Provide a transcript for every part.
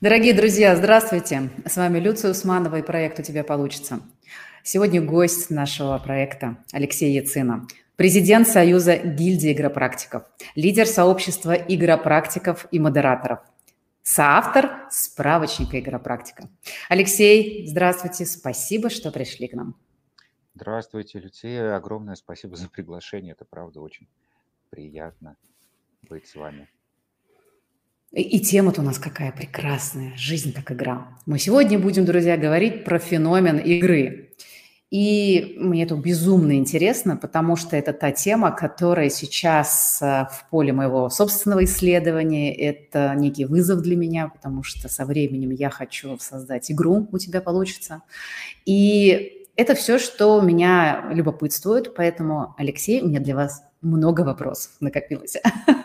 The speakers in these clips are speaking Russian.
Дорогие друзья, здравствуйте! С вами Люция Усманова и проект «У тебя получится». Сегодня гость нашего проекта Алексей Яцина, президент Союза гильдии игропрактиков, лидер сообщества игропрактиков и модераторов, соавтор справочника игропрактика. Алексей, здравствуйте, спасибо, что пришли к нам. Здравствуйте, Люция. Огромное спасибо за приглашение. Это правда очень приятно быть с вами. И тема-то у нас какая прекрасная, жизнь как игра. Мы сегодня будем, друзья, говорить про феномен игры. И мне это безумно интересно, потому что это та тема, которая сейчас в поле моего собственного исследования. Это некий вызов для меня, потому что со временем я хочу создать игру, у тебя получится. И это все, что меня любопытствует. Поэтому, Алексей, у меня для вас много вопросов накопилось.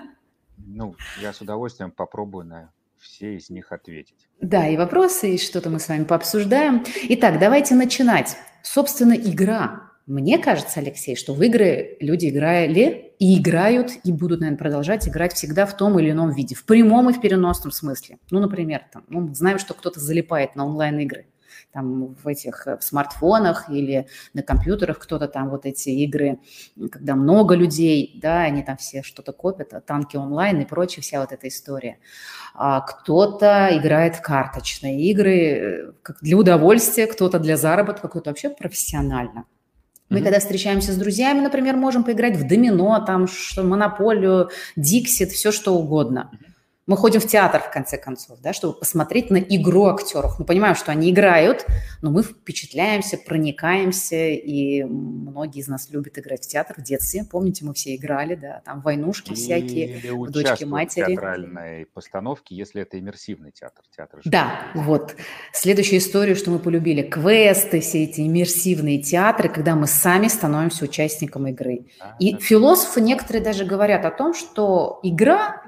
Я с удовольствием попробую на все из них ответить. Да, и вопросы, и что-то мы с вами пообсуждаем. Итак, давайте начинать. Собственно, игра. Мне кажется, Алексей, что в игры люди играли и играют, и будут, наверное, продолжать играть всегда в том или ином виде, в прямом и в переносном смысле. Например, мы знаем, что кто-то залипает на онлайн-игры, там в смартфонах или на компьютерах кто-то там вот эти игры, когда много людей, да, они там все что-то копят, танки онлайн и прочее, вся вот эта история. Кто-то играет в карточные игры как для удовольствия, кто-то для заработка, кто-то вообще профессионально. Мы, когда встречаемся с друзьями, например, можем поиграть в домино, там, монополию, диксит, все что угодно. Мы ходим в театр, в конце концов, да, чтобы посмотреть на игру актеров. Мы понимаем, что они играют, но мы впечатляемся, проникаемся, и многие из нас любят играть в театр в детстве. Помните, мы все играли, да, там войнушки всякие, Или в «Дочке участвуют в матери». театральной постановке, если это иммерсивный театр. Театр же Да, вот. Следующая история, что мы полюбили. Квесты, все эти иммерсивные театры, когда мы сами становимся участником игры. да, И да, да. философы некоторые даже говорят о том, что игра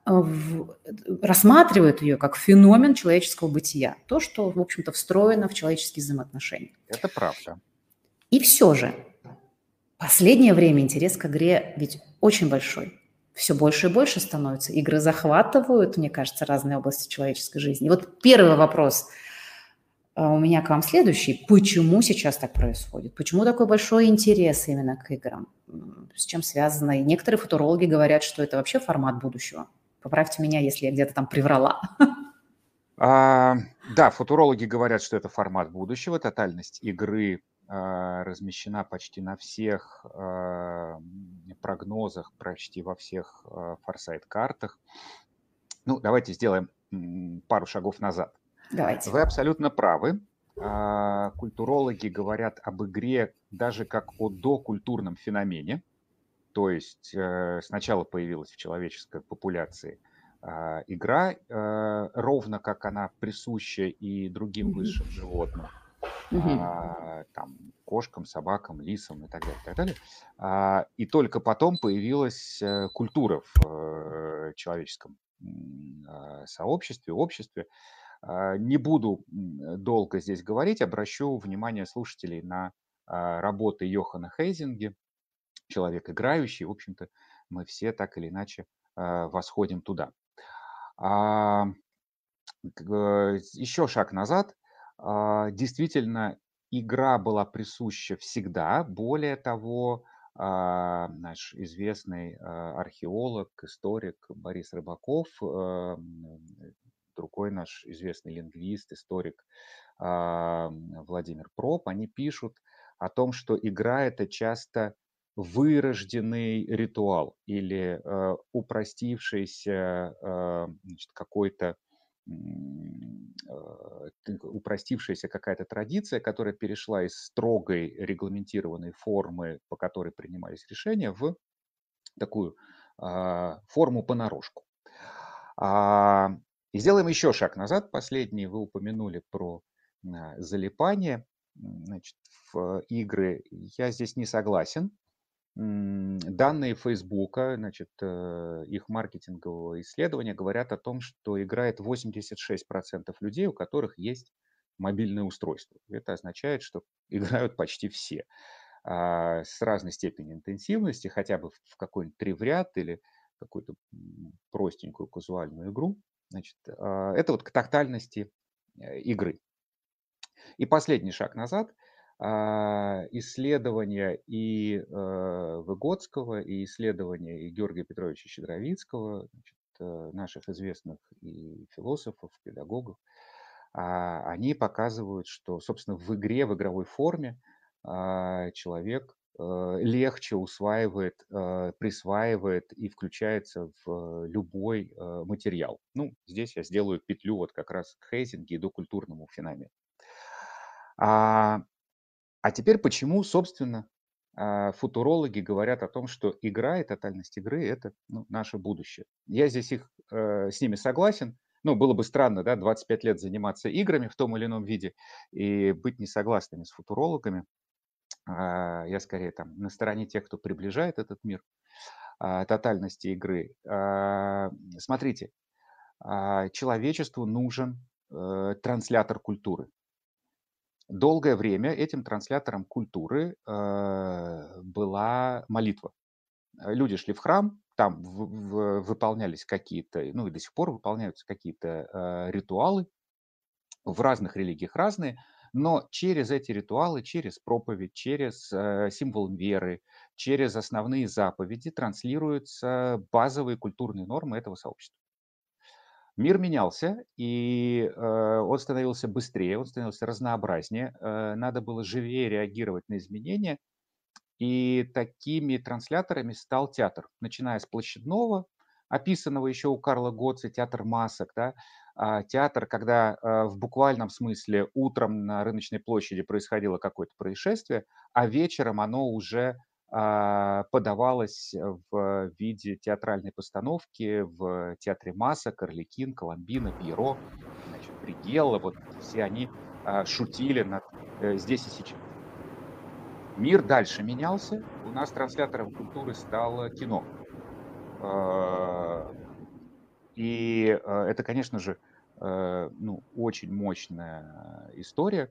рассматривают ее как феномен человеческого бытия. То, что, в общем-то, встроено в человеческие взаимоотношения. Это правда. И все же, последнее время интерес к игре ведь очень большой. Все больше и больше становится. Игры захватывают, мне кажется, разные области человеческой жизни. И вот первый вопрос у меня к вам следующий. Почему сейчас так происходит? Почему такой большой интерес именно к играм? С чем связано? И некоторые футурологи говорят, что это вообще формат будущего. Поправьте меня, если я где-то там приврала. Да, футурологи говорят, что это формат будущего. Тотальность игры размещена почти на всех прогнозах, почти во всех форсайт-картах. Давайте сделаем пару шагов назад. Давайте. Вы абсолютно правы. Культурологи говорят об игре даже как о докультурном феномене. То есть сначала появилась в человеческой популяции игра, ровно как она присуща и другим высшим животным, там, кошкам, собакам, лисам и так далее, и так далее. И только потом появилась культура в человеческом сообществе, обществе. Не буду долго здесь говорить, обращу внимание слушателей на работы Йохана Хейзинге, человек играющий. В общем-то, мы все так или иначе восходим туда. Еще шаг назад. Действительно, игра была присуща всегда. Более того, наш известный археолог, историк Борис Рыбаков, другой наш известный лингвист, историк Владимир Проб, они пишут о том, что игра – это часто вырожденный ритуал или упростившийся какой-то упростившаяся какая-то традиция, которая перешла из строгой регламентированной формы, по которой принимались решения, в такую форму понарошку. И сделаем еще шаг назад. Последний вы упомянули про залипание. Значит, в игры я здесь не согласен. Данные Фейсбука, значит, их маркетингового исследования говорят о том, что играет 86% людей, у которых есть мобильное устройство. Это означает, что играют почти все с разной степенью интенсивности, хотя бы в какой-нибудь 3 в ряд или какую-то простенькую казуальную игру. Значит, это вот к тактальности игры. И последний шаг назад. Исследования и Выгодского, и исследования и Георгия Петровича Щедровицкого, значит, наших известных и философов, педагогов, они показывают, что, собственно, в игре, в игровой форме человек легче усваивает, присваивает и включается в любой материал. Ну, здесь я сделаю петлю вот как раз к Хейзинге и докультурному феномену. А теперь почему, собственно, футурологи говорят о том, что игра и тотальность игры – это наше будущее. Я здесь с ними согласен. Ну, было бы странно, да, 25 лет заниматься играми в том или ином виде и быть несогласными с футурологами. Я скорее там на стороне тех, кто приближает этот мир тотальности игры. Смотрите, человечеству нужен транслятор культуры. Долгое время этим транслятором культуры была молитва. Люди шли в храм, там выполнялись какие-то, ну и до сих пор выполняются какие-то ритуалы, в разных религиях разные, но через эти ритуалы, через проповедь, через символ веры, через основные заповеди транслируются базовые культурные нормы этого сообщества. Мир менялся, и он становился быстрее, он становился разнообразнее, надо было живее реагировать на изменения, и такими трансляторами стал театр, начиная с площадного, описанного еще у Карла Готца, театр масок, да, театр, когда в буквальном смысле утром на рыночной площади происходило какое-то происшествие, а вечером оно уже подавалось в виде театральной постановки в театре масок, Арлекин, Коломбина, Пьеро, значит, Бригелла, вот все они шутили над здесь и сейчас. Мир дальше менялся, у нас транслятором культуры стало кино. И это, конечно же, очень мощная история.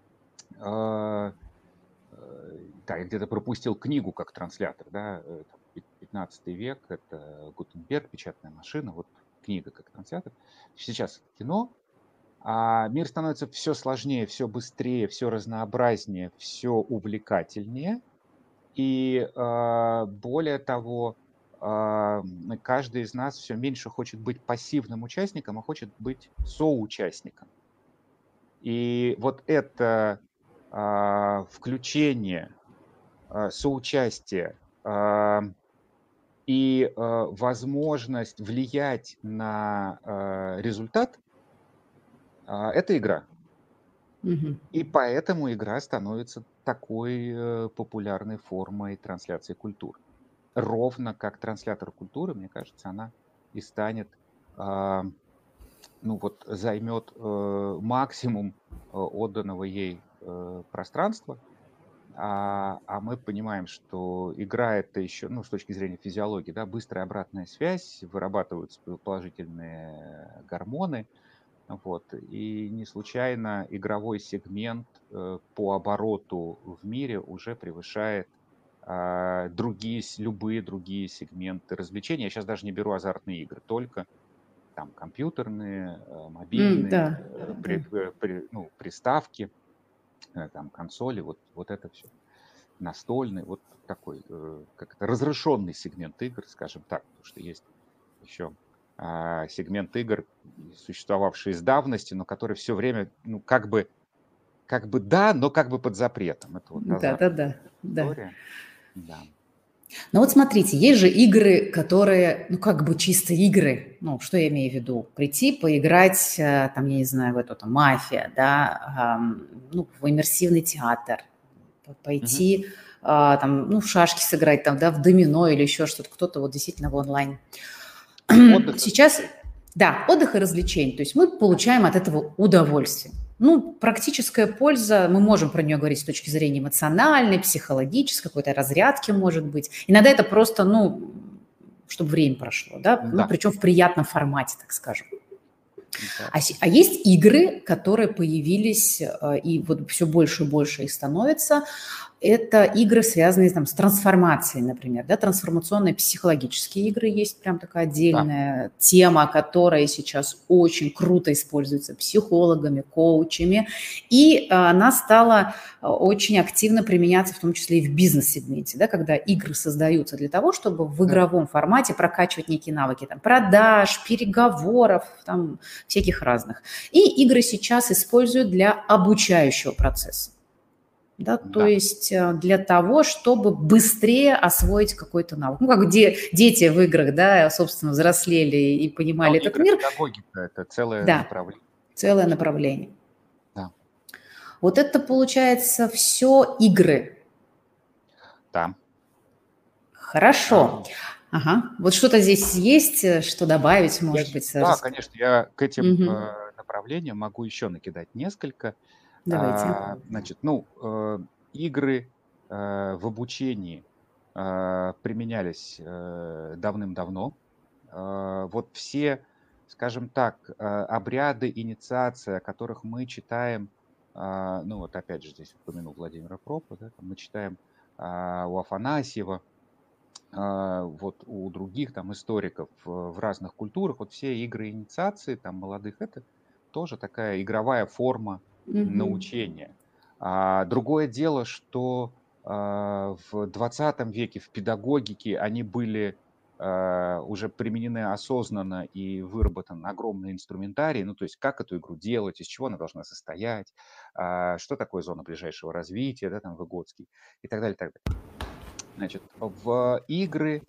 Да, я где-то пропустил книгу как транслятор, да, 15 век, это Гутенберг, печатная машина, вот книга как транслятор. Сейчас кино, а мир становится все сложнее, все быстрее, все разнообразнее, все увлекательнее. И более того, каждый из нас все меньше хочет быть пассивным участником, а хочет быть соучастником. И вот это включение, соучастие и возможность влиять на результат – это игра. И поэтому игра становится такой популярной формой трансляции культуры. Ровно как транслятор культуры, мне кажется, она и станет, займет максимум отданного ей пространства. А мы понимаем, что игра это еще, с точки зрения физиологии, да, быстрая обратная связь, вырабатываются положительные гормоны. Вот. И не случайно игровой сегмент по обороту в мире уже превышает любые другие сегменты развлечений. Я сейчас даже не беру азартные игры, только там компьютерные, мобильные, приставки, там консоли, вот это все. Настольный, вот такой как-то разрешенный сегмент игр, скажем так, потому что есть еще сегмент игр, существовавший из давности, но который все время, как бы да, но как бы под запретом. Это вот Да. история. Да. Ну вот смотрите, есть же игры, которые, как бы чисто игры. Ну, что я имею в виду? Прийти, поиграть, там, я не знаю, в эту там мафия, да, в иммерсивный театр, пойти, там, в шашки сыграть, там, да, в домино или еще что-то, кто-то вот действительно в онлайн. Сейчас, да, отдых и развлечение. То есть мы получаем от этого удовольствие. Практическая польза, мы можем про нее говорить с точки зрения эмоциональной, психологической, какой-то разрядки, может быть. Иногда это просто, чтобы время прошло, да, причем в приятном формате, так скажем. Да. А есть игры, которые появились, и вот все больше и больше их становится. Это игры, связанные там, с трансформацией, например. Да? Трансформационные психологические игры есть прям такая Да. отдельная тема, которая сейчас очень круто используется психологами, коучами. И она стала очень активно применяться, в том числе и в бизнес-сегменте, да, когда игры создаются для того, чтобы в Да. игровом формате прокачивать некие навыки там, продаж, переговоров, там, всяких разных. И игры сейчас используют для обучающего процесса. Да, то Да. есть для того, чтобы быстрее освоить какой-то навык. Ну, как дети в играх, да, собственно, взрослели и Но понимали этот мир. игропедагогика – это целое Да, направление, целое конечно. направление. Да. Вот это, получается, все игры. Да. Хорошо. Ага. Вот что-то здесь есть, что добавить, может быть? Да, конечно, я к этим Мгм. направлениям могу еще накидать несколько. Давайте. Значит, ну, игры в обучении применялись давным-давно. Вот все, скажем так, обряды, инициации, о которых мы читаем, ну вот опять же здесь упомянул Владимира Пропа, да, там мы читаем у Афанасьева, вот у других там историков в разных культурах, вот все игры инициации там молодых, это тоже такая игровая форма Мгм. научения. Другое дело, что в 20 веке в педагогике они были уже применены осознанно и выработан огромный инструментарий, ну то есть как эту игру делать, из чего она должна состоять, что такое зона ближайшего развития, да, там Выгодский и так далее, и так далее. Значит, в игры,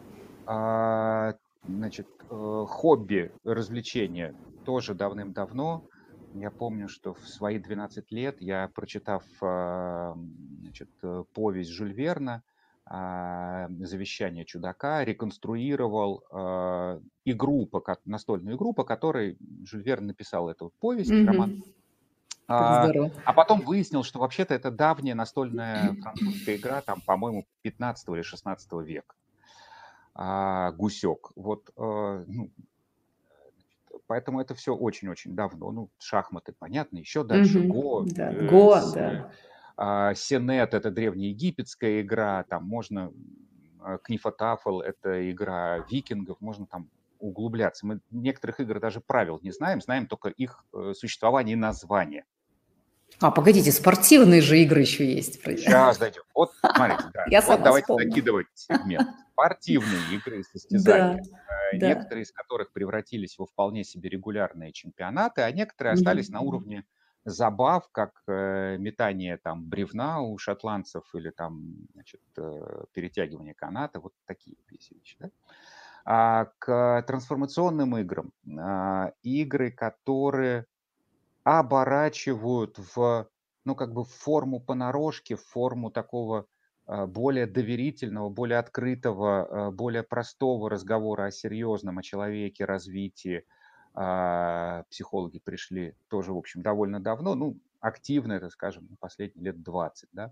значит, хобби, развлечения тоже давным-давно. Я помню, что в свои 12 лет я, прочитав, значит, повесть Жюль Верна «Завещание чудака», реконструировал игру, настольную игру, по которой Жюль Верн написал эту повесть, роман. Мгм. Как здорово. А потом выяснил, что вообще-то это давняя настольная французская игра, там, по-моему, 15 или 16 века. Гусек. Вот, ну, поэтому это все очень-очень давно. Ну, шахматы, понятно, еще дальше Мгм. Го, Да. Го, да. Сенет – это древнеегипетская игра, там можно, Книфа-Тафл – это игра викингов, можно там углубляться. Мы некоторых игр даже правил не знаем, знаем только их существование и название. Погодите, спортивные же игры еще есть. Сейчас дойдем. Вот, смотрите, да. Я Вот сама давайте вспомнила. закидывать сегмент. Спортивные игры и Да, состязания. да. Некоторые из которых превратились во вполне себе регулярные чемпионаты, а некоторые остались на Мгм. уровне забав, как метание там бревна у шотландцев или там, значит, перетягивание каната, вот такие вещи, да? К трансформационным играм, игры, которые оборачивают в, ну, как бы в форму понарошки, в форму такого более доверительного, более открытого, более простого разговора о серьезном, о человеке, развитии. Психологи пришли тоже, в общем, довольно давно, ну, активно это, скажем, последние лет 20, да.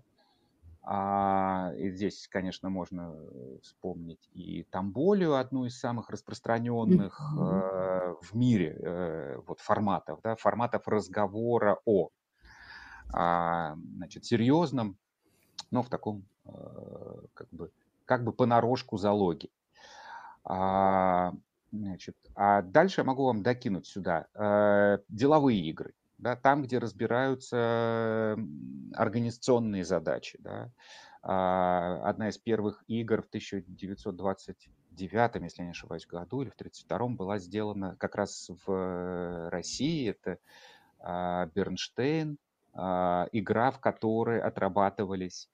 И здесь, конечно, можно вспомнить и Тамболию, одну из самых распространенных Мгм. в мире вот форматов, да, форматов разговора о, значит, серьезном, но в таком как бы понарошку залоге. А, а дальше я могу вам докинуть сюда деловые игры, да, там, где разбираются организационные задачи, да. Одна из первых игр в 1929, если я не ошибаюсь, году или в 1932 была сделана как раз в России. Это Бернштейн, игра, в которой отрабатывались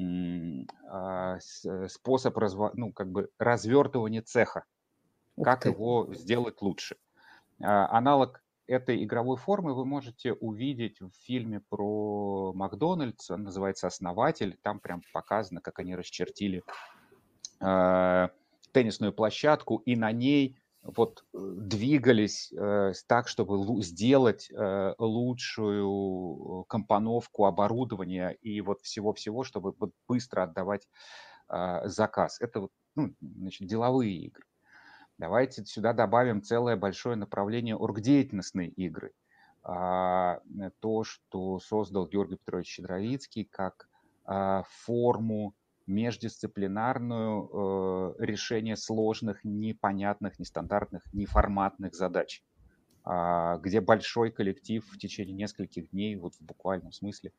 способ ну, как бы развертывания цеха, Ух как ты. его сделать лучше. Аналог этой игровой формы вы можете увидеть в фильме про Макдональдс, он называется «Основатель», там прям показано, как они расчертили теннисную площадку и на ней вот двигались так, чтобы сделать лучшую компоновку оборудования и вот всего-всего, чтобы вот быстро отдавать заказ. Это вот, ну, значит, деловые игры. Давайте сюда добавим целое большое направление оргдеятельностные игры. То, что создал Георгий Петрович Щедровицкий как форму междисциплинарную решения сложных, непонятных, нестандартных, неформатных задач, где большой коллектив в течение нескольких дней, вот в буквальном смысле,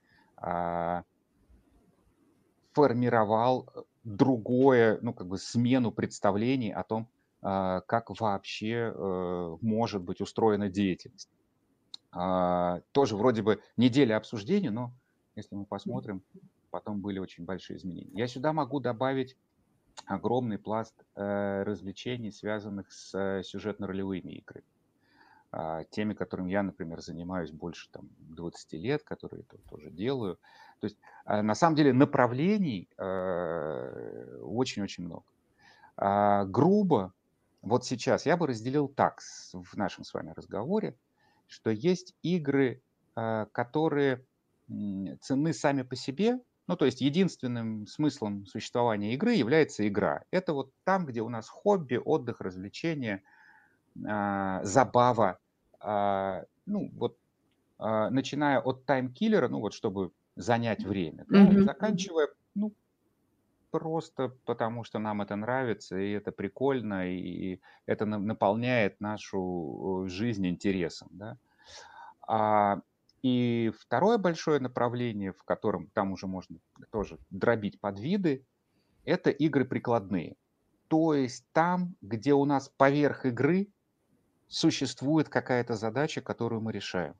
формировал другое, ну, как бы смену представлений о том, как вообще может быть устроена деятельность. Тоже вроде бы неделя обсуждений, но если мы посмотрим, потом были очень большие изменения. Я сюда могу добавить огромный пласт развлечений, связанных с сюжетно-ролевыми играми. Теми, которыми я, например, занимаюсь больше там, 20 лет, которые тоже делаю. То есть, на самом деле, направлений очень-очень много. Грубо, вот сейчас я бы разделил так в нашем с вами разговоре, что есть игры, которые ценны сами по себе, ну, то есть единственным смыслом существования игры является игра. Это вот там, где у нас хобби, отдых, развлечение, забава, ну, вот, начиная от таймкиллера, ну, вот, чтобы занять время, да, и Мгм. заканчивая, ну, просто потому, что нам это нравится, и это прикольно, и это наполняет нашу жизнь интересом, да. А, и второе большое направление, в котором там уже можно тоже дробить подвиды, это игры прикладные. То есть там, где у нас поверх игры существует какая-то задача, которую мы решаем.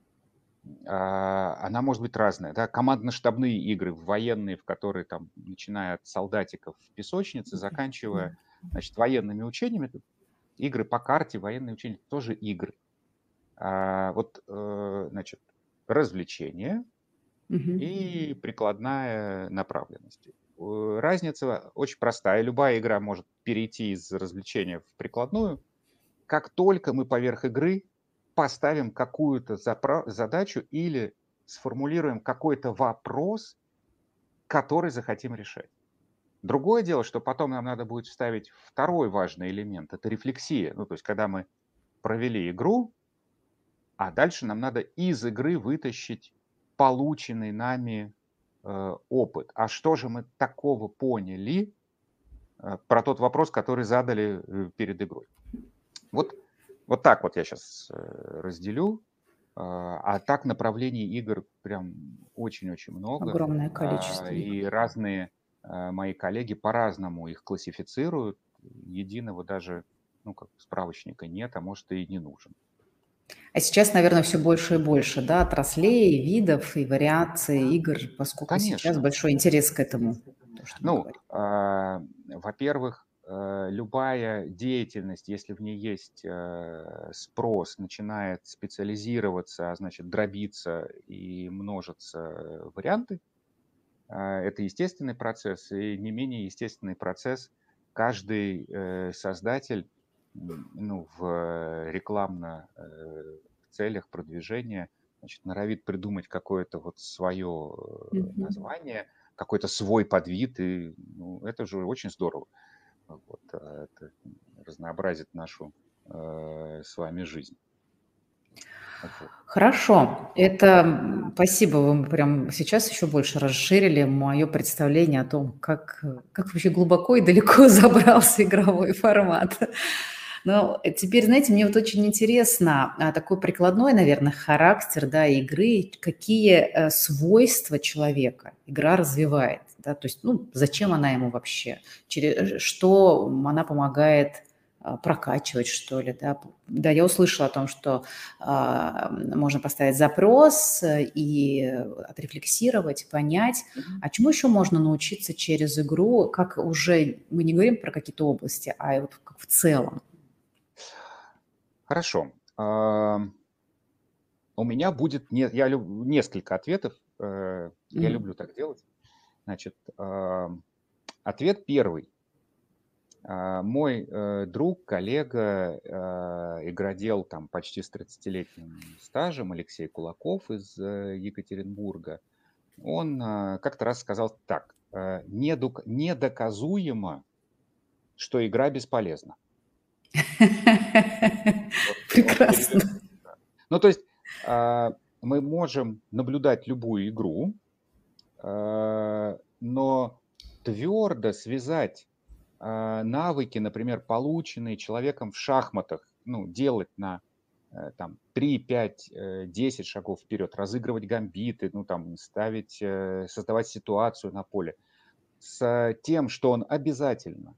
Она может быть разная, да, командно-штабные игры, военные, в которые там, начиная от солдатиков в песочнице, заканчивая, значит, военными учениями, игры по карте, военные учения, тоже игры. Вот, значит, развлечение Мгм. и прикладная направленность. Разница очень простая. Любая игра может перейти из развлечения в прикладную, как только мы поверх игры поставим какую-то задачу или сформулируем какой-то вопрос, который захотим решать. Другое дело, что потом нам надо будет вставить второй важный элемент – это рефлексия. Ну, то есть, когда мы провели игру, а дальше нам надо из игры вытащить полученный нами опыт. А что же мы такого поняли про тот вопрос, который задали перед игрой? Вот, вот так вот я сейчас разделю. А так направлений игр прям очень-очень много. Огромное количество И игр. разные мои коллеги по-разному их классифицируют. Единого даже, ну, как справочника нет, а может и не нужен. А сейчас, наверное, все больше и больше, да, отраслей, видов и вариаций игр, поскольку сейчас Конечно. большой интерес к этому, то, что мы Ну, говорим. во-первых, любая деятельность, если в ней есть спрос, начинает специализироваться, а значит дробиться и множиться варианты. Это естественный процесс, и не менее естественный процесс. Каждый создатель, ну, в рекламно целях продвижения, значит, норовит придумать какое-то вот свое Мгм. название, какой-то свой подвид, и ну, это же очень здорово. Вот, это разнообразит нашу с вами жизнь. Вот. Хорошо, это спасибо, вы прям сейчас еще больше расширили мое представление о том, как вообще глубоко и далеко забрался игровой формат. Но теперь, знаете, мне вот очень интересно, такой прикладной, наверное, характер, да, игры, какие свойства человека игра развивает, да, то есть, ну, зачем она ему вообще, через что она помогает прокачивать, что ли, да. Да, я услышала о том, что можно поставить запрос и отрефлексировать, понять, Мгм. а чему еще можно научиться через игру, как уже мы не говорим про какие-то области, а вот как в целом. Хорошо. У меня будет несколько ответов. Я Мгм. люблю так делать. Значит, ответ первый. Мой друг, коллега, игродел там почти с 30-летним стажем, Алексей Кулаков из Екатеринбурга, он как-то раз сказал так: недоказуемо, что игра бесполезна. Вот он Прекрасно. перевернут. Да. Ну, то есть мы можем наблюдать любую игру, но твердо связать навыки, например, полученные человеком в шахматах, ну, делать на там 3, 5, 10 шагов вперед, разыгрывать гамбиты, ну, там, ставить, создавать ситуацию на поле, с тем, что он обязательно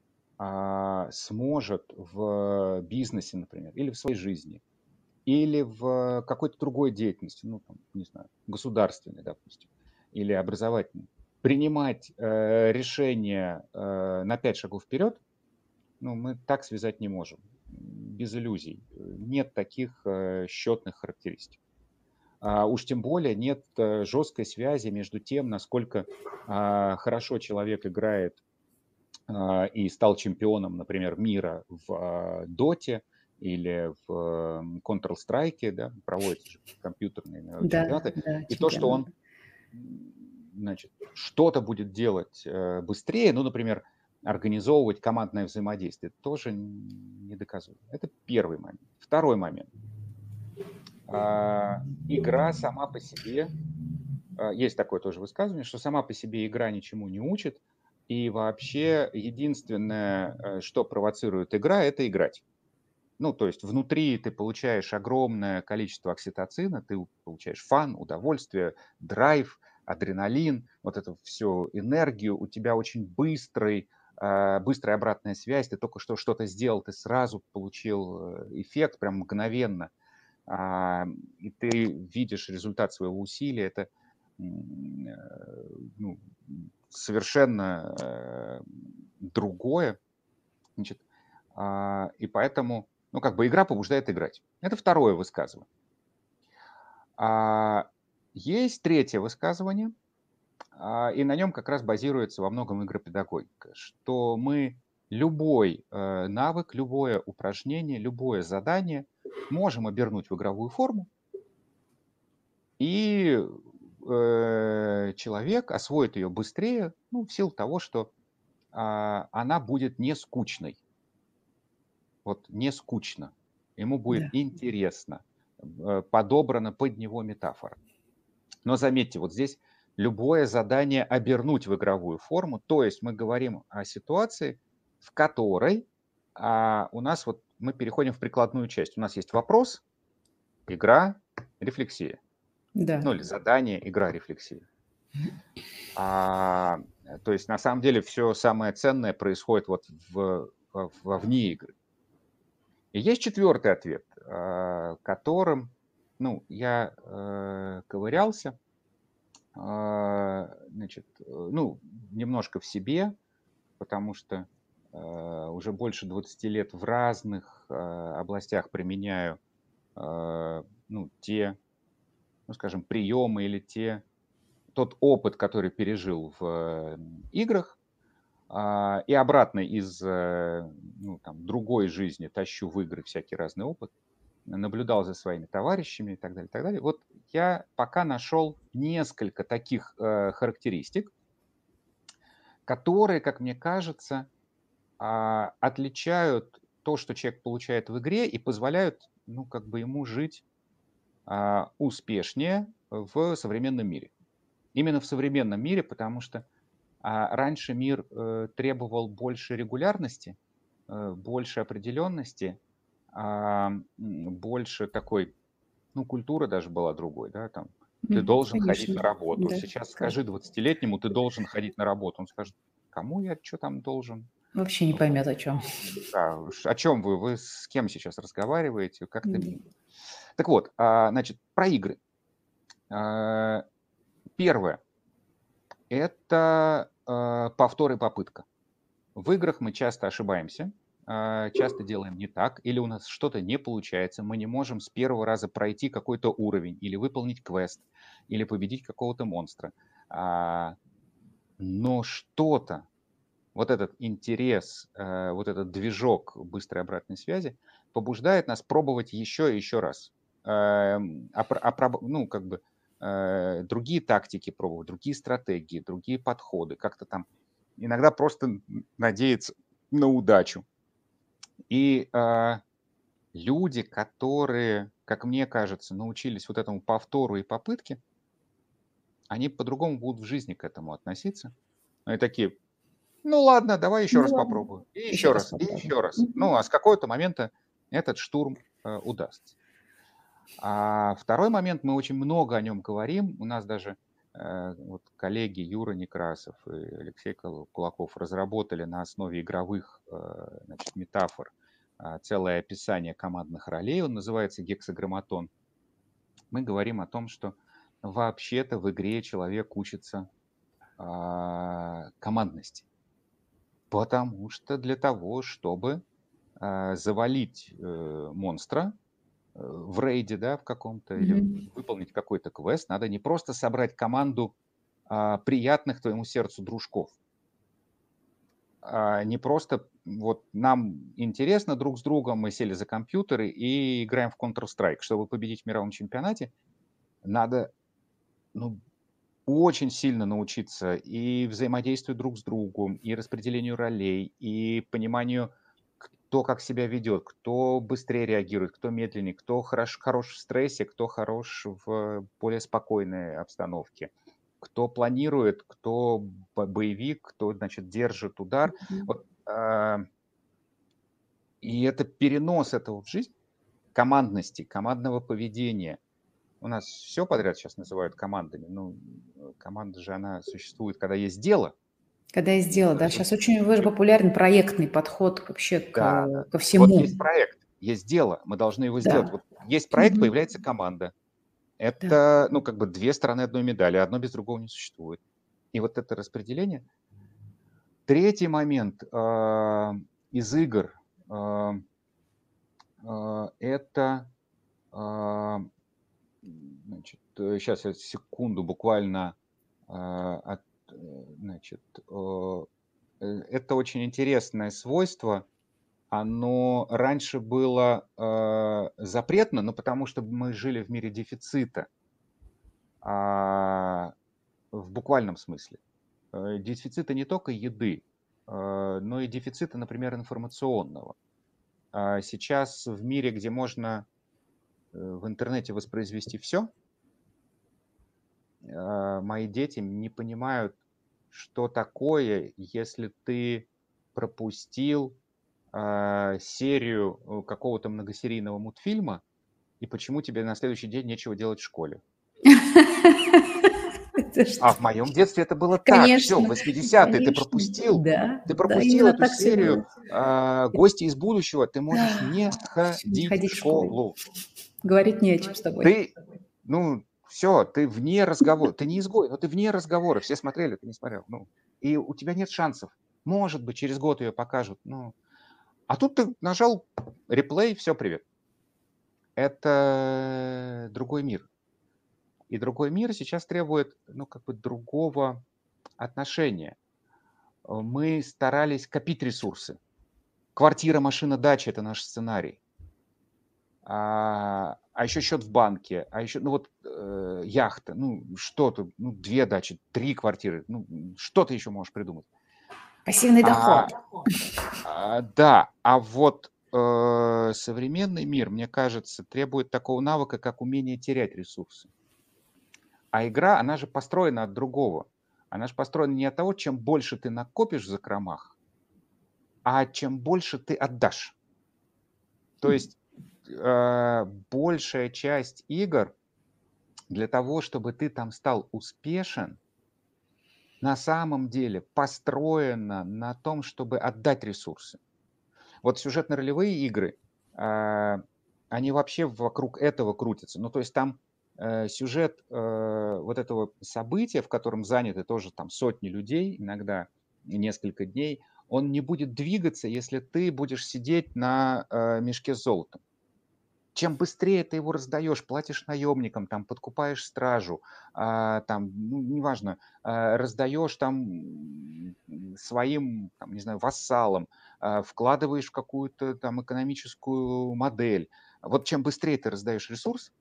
сможет в бизнесе, например, или в своей жизни, или в какой-то другой деятельности, ну, там, не знаю, государственной, допустим, или образовательной, принимать решения на 5 шагов вперед, ну, мы так связать не можем, без иллюзий. Нет таких счетных характеристик. Уж тем более нет жесткой связи между тем, насколько хорошо человек играет и стал чемпионом, например, мира в Доте или в Counter-Strike, да, проводятся же компьютерные мировые Да, чемпионаты, да, и то, что чемпионат. он, значит, что-то будет делать быстрее, ну, например, организовывать командное взаимодействие, тоже не доказуемо. Это первый момент. Второй момент. Игра сама по себе, есть такое тоже высказывание, что сама по себе игра ничему не учит, и вообще единственное, что провоцирует игра, это играть. Ну, то есть внутри ты получаешь огромное количество окситоцина, ты получаешь фан, удовольствие, драйв, адреналин, вот эту всю энергию, у тебя очень быстрая обратная связь, ты только что что-то сделал, ты сразу получил эффект, прям мгновенно, и ты видишь результат своего усилия, это ну, совершенно другое, значит, и поэтому, ну, как бы игра побуждает играть. Это второе высказывание. Есть третье высказывание, и на нем как раз базируется во многом игропедагогика, что мы любой навык, любое упражнение, любое задание можем обернуть в игровую форму, и человек освоит ее быстрее, ну, в силу того, что она будет не скучной. Вот не скучно. Ему будет Да. интересно, подобрана под него метафора. Но заметьте, вот здесь любое задание обернуть в игровую форму, то есть мы говорим о ситуации, в которой у нас вот мы переходим в прикладную часть. У нас есть вопрос, игра, рефлексия. Да. Ну или задание, игра, рефлексия. То есть на самом деле все самое ценное происходит вот вне игры. И есть четвертый ответ, которым, ну, я ковырялся, значит, ну, немножко в себе, потому что уже больше 20 лет в разных областях применяю, ну, те, ну, скажем, приемы или тот опыт, который пережил в играх, и обратно из ну, там, другой жизни тащу в игры всякий разный опыт, наблюдал за своими товарищами и так далее, и так далее. Вот я пока нашел несколько таких характеристик, которые, как мне кажется, отличают то, что человек получает в игре, и позволяют, ну, как бы ему жить успешнее в современном мире. Именно в современном мире, потому что раньше мир требовал больше регулярности, больше определенности, больше такой, ну, культура даже была другой, да, там, ты должен ходить Конечно. на работу. Да. Сейчас скажи 20-летнему, ты должен ходить на работу. Он скажет, кому я что там должен? Вообще не Вот. поймет, о чем. Да, о чем вы? Вы с кем сейчас разговариваете? Как-то мимо. Так вот, значит, про игры. Первое. Это повтор и попытка. В играх мы часто ошибаемся, часто делаем не так, или у нас что-то не получается, мы не можем с первого раза пройти какой-то уровень, или выполнить квест, или победить какого-то монстра. Но что-то, вот этот интерес, вот этот движок быстрой обратной связи побуждает нас пробовать еще и еще раз. Ну, как бы другие тактики пробовать, другие стратегии, другие подходы, как-то там иногда просто надеяться на удачу. И люди, которые, как мне кажется, научились вот этому повтору и попытке, они по-другому будут в жизни к этому относиться. Они такие: ну ладно, давай еще Ну раз ладно, попробую. И еще еще раз раз, и попробуем. еще раз. Ну, Мгм. а с какого-то момента этот штурм удастся. А второй момент, мы очень много о нем говорим. У нас даже вот коллеги Юра Некрасов и Алексей Кулаков разработали на основе игровых значит, метафор целое описание командных ролей. Он называется гексаграмматон. Мы говорим о том, что вообще-то в игре человек учится командности. Потому что для того, чтобы завалить монстра в рейде, да, в каком-то, или Мгм. выполнить какой-то квест, надо не просто собрать команду приятных твоему сердцу дружков, не просто вот нам интересно друг с другом, мы сели за компьютеры и играем в Counter-Strike. Чтобы победить в мировом чемпионате, надо, ну, очень сильно научиться и взаимодействию друг с другом, и распределению ролей, и пониманию, кто как себя ведет, кто быстрее реагирует, кто медленнее, кто хорош в стрессе, кто хорош в более спокойной обстановке, кто планирует, кто боевик, кто, значит, держит удар. Мгм. Вот, и это перенос этого в жизнь, командности, командного поведения. У нас все подряд сейчас называют командами. Ну, команда же, она существует, когда есть дело. Когда я И сделала, да, сейчас очень популярен проектный подход вообще да, ко вот всему. есть проект, есть дело, мы должны его сделать. Да. Вот есть проект, Мгм. появляется команда. Да. Это, ну, как бы две стороны одной медали, одно без другого не существует. И вот это распределение. Третий момент из игр это, а, значит, сейчас я секунду буквально, значит, это очень интересное свойство. Оно раньше было запретно, но потому что мы жили в мире дефицита, а, в буквальном смысле. Дефицита не только еды, но и дефицита, например, информационного. Сейчас в мире, где можно в интернете воспроизвести все, мои дети не понимают, что такое, если ты пропустил серию какого-то многосерийного мультфильма, и почему тебе на следующий день нечего делать в школе. Это А что? в моем детстве это было так. Все, Конечно, 80-е ты конечно. пропустил. Да, Ты да, пропустил именно эту так все серию было. «Гости из будущего», ты можешь Да, не всё, не ходить в ходить в школу. школу. Говорить не о чем с тобой. Ты, ну, все, ты вне разговора. Ты не изгой, но ты вне разговора. Все смотрели, ты не смотрел. Ну, и у тебя нет шансов. Может быть, через год ее покажут. Ну, а тут ты нажал реплей, все, привет. Это другой мир. И другой мир сейчас требует, ну, как бы другого отношения. Мы старались копить ресурсы. Квартира, машина, дача – это наш сценарий. А еще счет в банке, а еще, ну вот, яхта, ну что-то, ну 2 дачи, 3 квартиры, ну что ты еще можешь придумать? Пассивный А, доход. да, а вот современный мир, мне кажется, требует такого навыка, как умение терять ресурсы. А игра, она же построена от другого. Она же построена не от того, чем больше ты накопишь в закромах, а чем больше ты отдашь. То М. есть большая часть игр для того, чтобы ты там стал успешен, на самом деле построена на том, чтобы отдать ресурсы. Вот сюжетно-ролевые игры, они вообще вокруг этого крутятся. Ну, то есть там сюжет вот этого события, в котором заняты тоже там сотни людей, иногда несколько дней, он не будет двигаться, если ты будешь сидеть на мешке с золотом. Чем быстрее ты его раздаешь, платишь наемникам, там, подкупаешь стражу, там, ну, неважно, раздаешь там своим, там, не знаю, вассалам, вкладываешь в какую-то там экономическую модель. Вот чем быстрее ты раздаешь ресурс,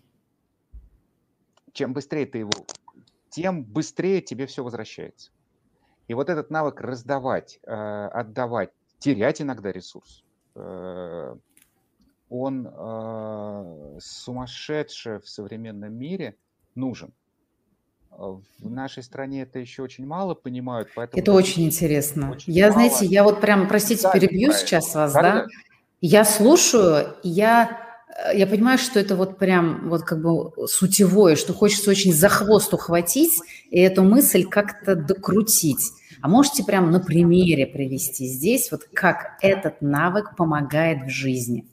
чем быстрее ты его, тем быстрее тебе все возвращается. И вот этот навык раздавать, отдавать, терять иногда ресурс, он сумасшедше в современном мире нужен. В нашей стране это еще очень мало понимают, поэтому Это очень действительно интересно. очень Я, мало знаете, я вот прям, простите, специальных перебью проектов. сейчас вас, да? Да-да-да. Я слушаю, я понимаю, что это вот прям вот как бы сутевое, что хочется очень за хвост ухватить и эту мысль как-то докрутить. А можете прям на примере привести здесь, вот как этот навык помогает в жизни?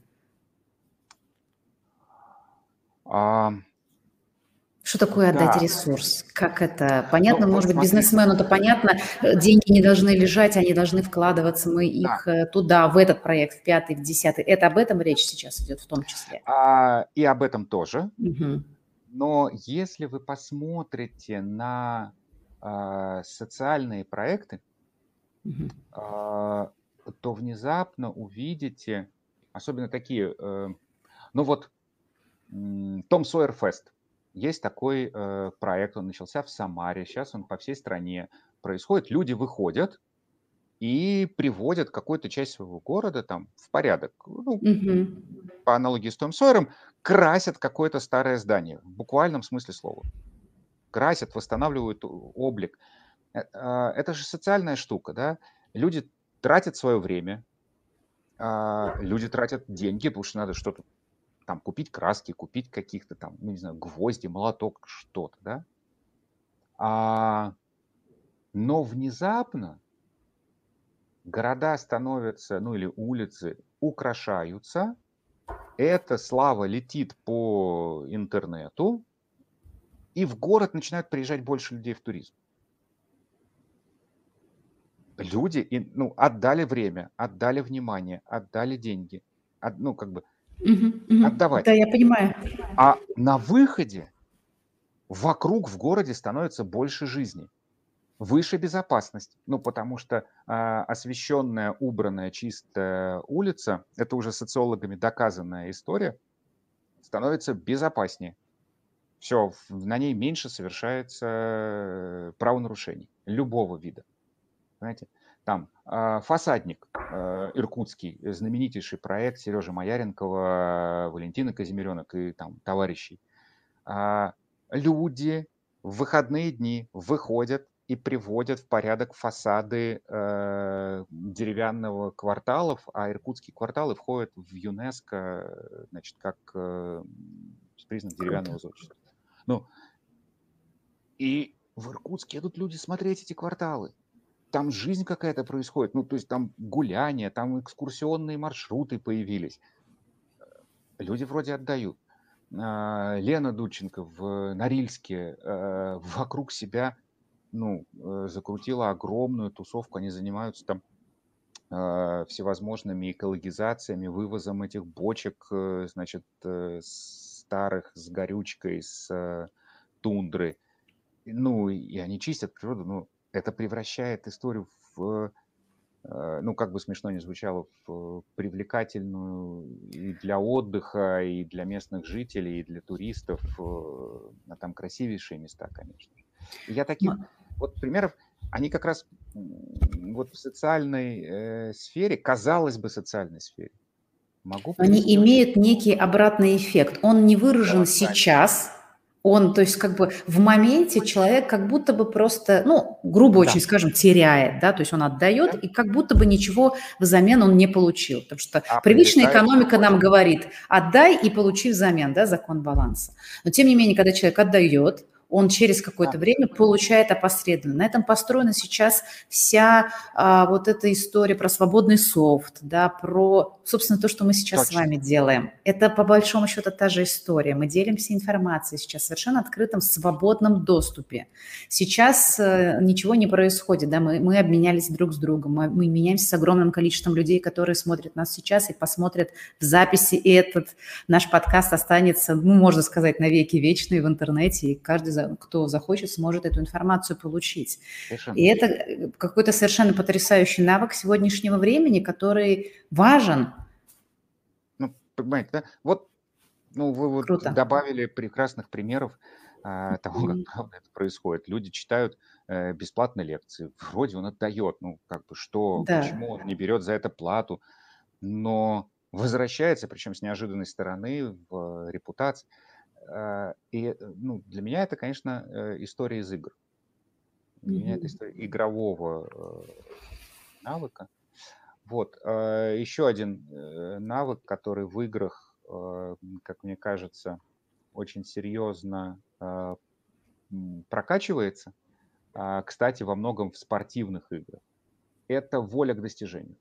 А, Что такое отдать да, ресурс? Как это? Понятно, ну вот может быть, смотрите, бизнесмену это понятно, деньги не должны лежать, они должны вкладываться, мы да. их туда, в этот проект, в пятый, в десятый. Это об этом речь сейчас идет в том числе. И об этом тоже. Мгм. Но если вы посмотрите на социальные проекты, Мгм. а, то внезапно увидите, особенно такие, ну вот Том Сойер Фест. Есть такой проект, он начался в Самаре, сейчас он по всей стране происходит. Люди выходят и приводят какую-то часть своего города там в порядок. Ну, Мгм. по аналогии с Том Сойером, красят какое-то старое здание, в буквальном смысле слова. Красят, восстанавливают облик. Это же социальная штука, да? Люди тратят свое время, люди тратят деньги, потому что надо что-то там купить краски, купить каких-то там, ну, не знаю, гвозди, молоток, что-то, да? А, но внезапно города становятся, ну или улицы украшаются, эта слава летит по интернету, и в город начинают приезжать больше людей в туризм. Люди, ну, отдали время, отдали внимание, отдали деньги, ну, как бы Мгм. Мгм. отдавать. Да, я понимаю. А на выходе вокруг в городе становится больше жизни, выше безопасность. Ну, потому что освещенная, убранная, чистая улица, это уже социологами доказанная история, становится безопаснее. Все, на ней меньше совершается правонарушений любого вида. Знаете, там «Фасадник» иркутский, знаменитейший проект Сережи Маяренкова, Валентина Казимиренок и там товарищей. А, Люди в выходные дни выходят и приводят в порядок фасады деревянного кварталов, а иркутские кварталы входят в ЮНЕСКО, значит, как признак Круто. деревянного зодчества. Ну, и в Иркутск едут люди смотреть эти кварталы. Там жизнь какая-то происходит, ну, то есть там гуляния, там экскурсионные маршруты появились. Люди вроде отдают. Лена Дудченко в Норильске вокруг себя, ну, закрутила огромную тусовку. Они занимаются там всевозможными экологизациями, вывозом этих бочек, значит, старых с горючкой, с тундры. Ну, и они чистят природу, но это превращает историю в, ну, как бы смешно ни звучало, в привлекательную и для отдыха, и для местных жителей, и для туристов. А там красивейшие места, конечно же. И я таких вот примеров, они как раз вот в социальной сфере, казалось бы, социальной сфере, могу Они привести очень имеют некий обратный эффект. Он не выражен колоссальный. сейчас, он, то есть как бы в моменте человек как будто бы просто, ну, грубо Да, очень скажем, теряет, да, то есть он отдает, да. и как будто бы ничего взамен он не получил. Потому что А привычная прилетает экономика нам больше. говорит, отдай и получи взамен, да, закон баланса. Но тем не менее, когда человек отдает, он через какое-то Да, время получает опосредованно. На этом построена сейчас вся вот эта история про свободный софт, да, про, собственно, то, что мы сейчас с точно. вами делаем. Это по большому счету та же история. Мы делимся информацией сейчас в совершенно открытом, свободном доступе. Сейчас ничего не происходит, да, мы обменялись друг с другом, мы меняемся с огромным количеством людей, которые смотрят нас сейчас и посмотрят в записи, и этот наш подкаст останется, ну, можно сказать, навеки вечный в интернете, и каждый, кто захочет, сможет эту информацию получить. Совершенно И точно. это какой-то совершенно потрясающий навык сегодняшнего времени, который важен. Ну, понимаете, да? Вот, ну, вы вот Круто. добавили прекрасных примеров того, как М, правда это происходит. Люди читают бесплатно лекции. Вроде он отдает, ну, как бы что, Да. почему он не берет за это плату? но возвращается, причем с неожиданной стороны, в репутацию. Ну, для меня это, конечно, история из игр. Для меня это Мгм. история игрового навыка. Вот. Еще один навык, который в играх, как мне кажется, очень серьезно прокачивается, кстати, во многом в спортивных играх, это воля к достижению,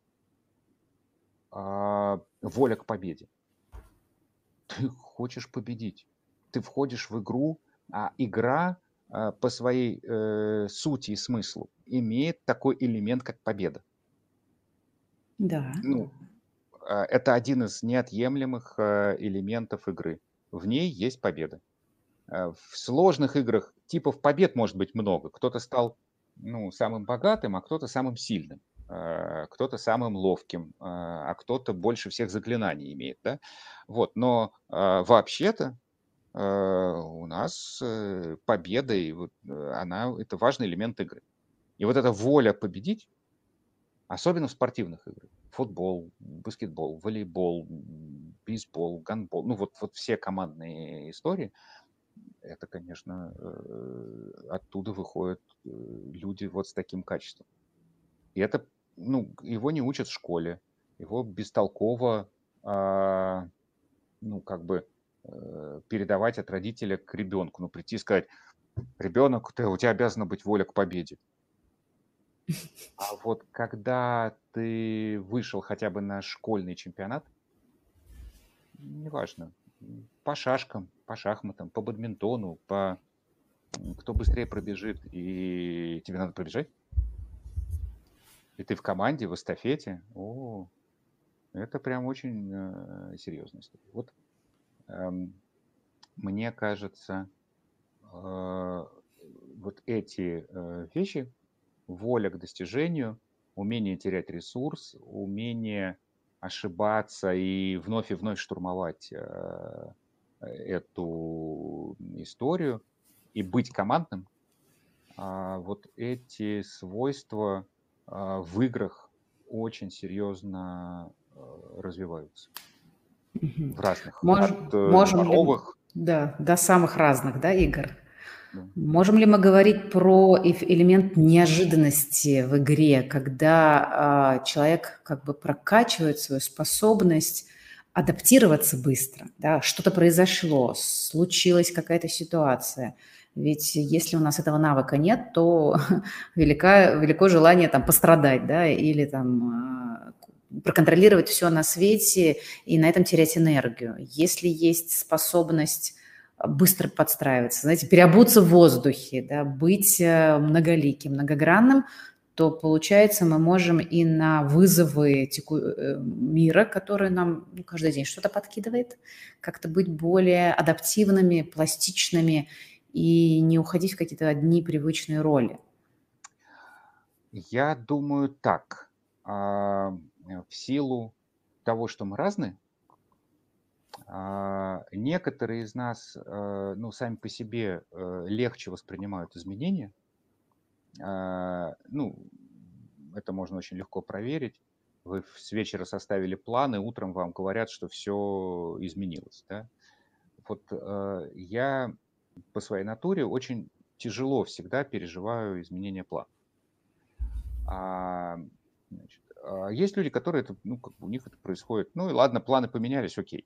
воля к победе. Ты хочешь победить. Ты входишь в игру, а игра по своей сути и смыслу имеет такой элемент, как победа. Да. Ну, это один из неотъемлемых элементов игры. В ней есть победа. В сложных играх типов побед может быть много. Кто-то стал, ну, самым богатым, а кто-то самым сильным, кто-то самым ловким, а кто-то больше всех заклинаний имеет, да? Вот, но вообще-то у нас победа, и вот, она это важный элемент игры. И вот эта воля победить, особенно в спортивных играх, футбол, баскетбол, волейбол, бейсбол, гандбол, ну вот все командные истории, это, конечно, оттуда выходят люди вот с таким качеством. И это, ну, его не учат в школе, его бестолково, ну, как бы передавать от родителя к ребенку. Ну, прийти и сказать: ребенок, у тебя обязана быть воля к победе. А вот когда ты вышел хотя бы на школьный чемпионат, неважно, по шашкам, по шахматам, по бадминтону, кто быстрее пробежит, и тебе надо пробежать, и ты в команде, в эстафете, это прям очень серьезная история. Вот эм, мне кажется, вот эти вещи, воля к достижению, умение терять ресурс, умение ошибаться и вновь штурмовать эту историю и быть командным, вот эти свойства в играх очень серьезно развиваются Мгм. в разных, от Можем ли, дворовых. да, до самых разных, да, игр? Да. Можем ли мы говорить про элемент неожиданности в игре, когда человек как бы прокачивает свою способность адаптироваться быстро, да, что-то произошло, случилась какая-то ситуация. Ведь если у нас этого навыка нет, то велико желание там пострадать, да, или там проконтролировать все на свете и на этом терять энергию. Если есть способность быстро подстраиваться, знаете, переобуться в воздухе, да, быть многоликим, многогранным, то, получается, мы можем и на вызовы мира, которые нам каждый день что-то подкидывает, как-то быть более адаптивными, пластичными и не уходить в какие-то одни привычные роли. Я думаю так. В силу того, что мы разные, некоторые из нас, ну, сами по себе легче воспринимают изменения. Ну, это можно очень легко проверить. Вы с вечера составили планы, утром вам говорят, что все изменилось, да? Вот я по своей натуре очень тяжело всегда переживаю изменения плана. А, значит, есть люди, которые это, ну, как бы у них это происходит. Ну и ладно, планы поменялись, окей.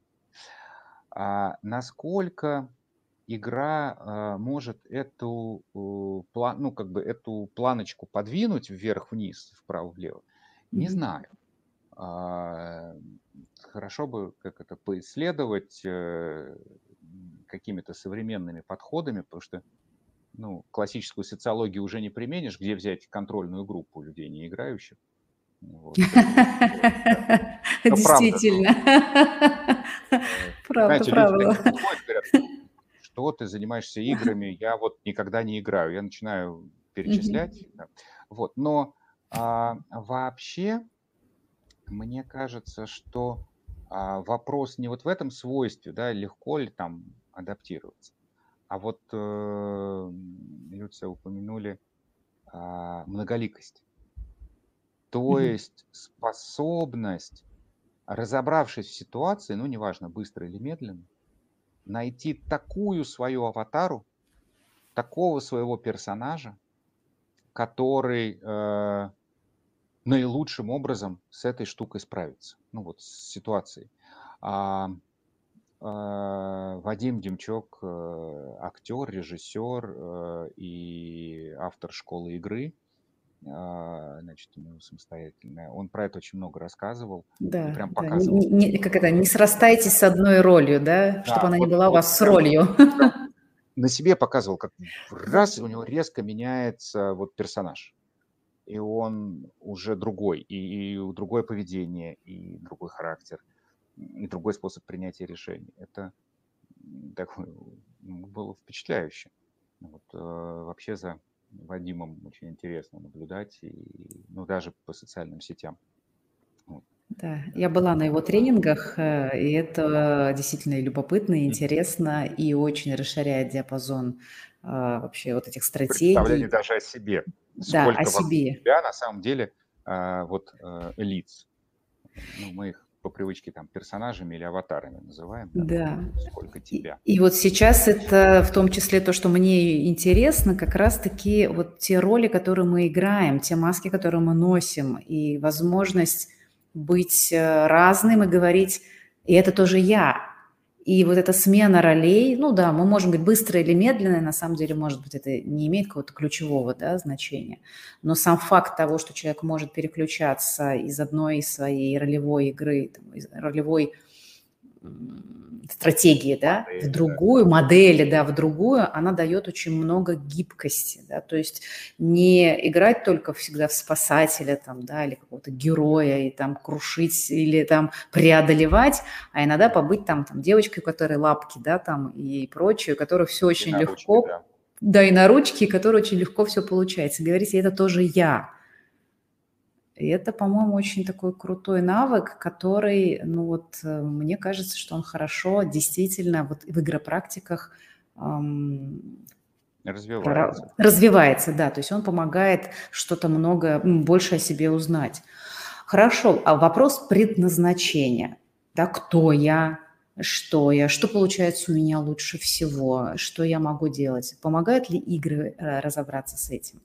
Насколько игра может эту ну, как бы эту планочку подвинуть вверх-вниз, вправо-влево, не Мгм. знаю. А, Хорошо бы как это поисследовать какими-то современными подходами, потому что, ну, классическую социологию уже не применишь, где взять контрольную группу людей, не играющих. Вот, да. Ну, правда, ну, Действительно. Правда, знаете, люди правда. такие приходят, говорят: что ты занимаешься играми? Я вот никогда не играю. Я начинаю Мгм. перечислять. Да. Вот. Но вообще, мне кажется, что вопрос не вот в этом свойстве, да, легко ли там адаптироваться, а вот Люция упомянули многоликость. То Мгм. есть способность разобравшись в ситуации, ну, неважно, быстро или медленно, найти такую свою аватару, такого своего персонажа, который наилучшим образом с этой штукой справится. Ну, вот с ситуацией. А, Вадим Демчок, актер, режиссер и автор «Школы игры», значит, у него самостоятельная. Он про это очень много рассказывал и Да, прям да. показывал. Как это, не срастайтесь с одной ролью, да, чтобы Да, она не была у вот вас с прям, ролью. прям на себе показывал, как Да, раз у него резко меняется вот персонаж. И он уже другой, и другое поведение, и другой характер, и другой способ принятия решений. Это такое, было впечатляюще. Вот, вообще за Вадимом очень интересно наблюдать, и, ну, даже по социальным сетям. Вот, да. да. Я была на его тренингах, и это действительно и любопытно, и Мгм. интересно, и очень расширяет диапазон вообще вот этих Представление стратегий. даже о себе. Да, о Сколько вокруг себе. тебя на самом деле лиц. Ну, мы их по привычке там персонажами или аватарами называем, да, но Да. сколько тебя. И вот сейчас это в том числе то, что мне интересно, как раз-таки вот те роли, которые мы играем, те маски, которые мы носим, и возможность быть разным и говорить, и это тоже я. И вот эта смена ролей, ну да, мы можем быть быстрой или медленной, на самом деле, может быть, это не имеет какого-то ключевого, да, значения. Но сам факт того, что человек может переключаться из одной своей ролевой игры, там, из ролевой стратегии, да, в Модели, да. другую, модели, да, в другую, она дает очень много гибкости, да, то есть не играть только всегда в спасателя, там, да, или какого-то героя, и там крушить, или там преодолевать, а иногда побыть там девочкой, у которой лапки, да, там, и прочее, у которой все И очень на ручке, легко, да. да, и на ручке, которой очень легко все получается. Говорите, это тоже я. И это, по-моему, очень такой крутой навык, который, ну вот, мне кажется, что он хорошо действительно вот в игропрактиках Развивается. развивается, да, то есть он помогает что-то много, больше о себе узнать. Хорошо, а вопрос предназначения, да, кто я, что получается у меня лучше всего, что я могу делать, помогают ли игры разобраться с этим?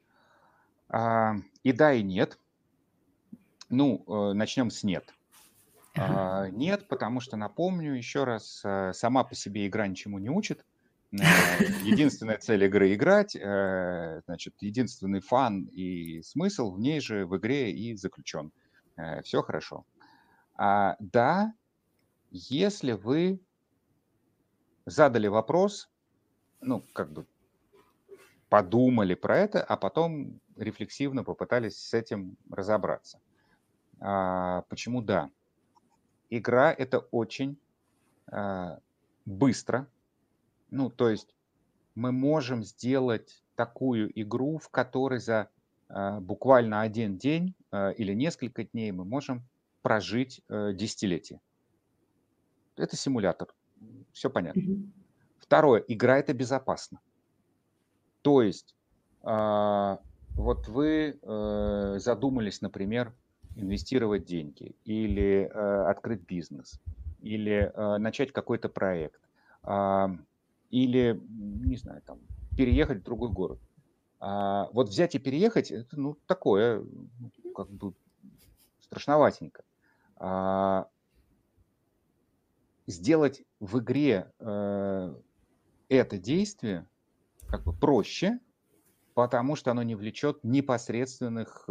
И да, и нет. Ну, начнем с нет. Ага. Нет, потому что, напомню еще раз, сама по себе игра ничему не учит. Единственная цель игры — играть, значит, единственный фан и смысл в ней же, в игре и заключен. Все хорошо. Да, если вы задали вопрос, ну, как бы подумали про это, а потом рефлексивно попытались с этим разобраться. Почему да? Игра — это очень быстро. Ну, то есть мы можем сделать такую игру, в которой за буквально один день или несколько дней мы можем прожить десятилетие. Это симулятор. Все понятно. Мгм. Второе. Игра — это безопасно. То есть а, вот вы задумались, например, инвестировать деньги или открыть бизнес, или начать какой-то проект, или, не знаю, там, переехать в другой город. Вот взять и переехать — это, ну, такое, ну, как бы страшноватенько. А, Сделать в игре это действие как бы проще, потому что оно не влечет непосредственных,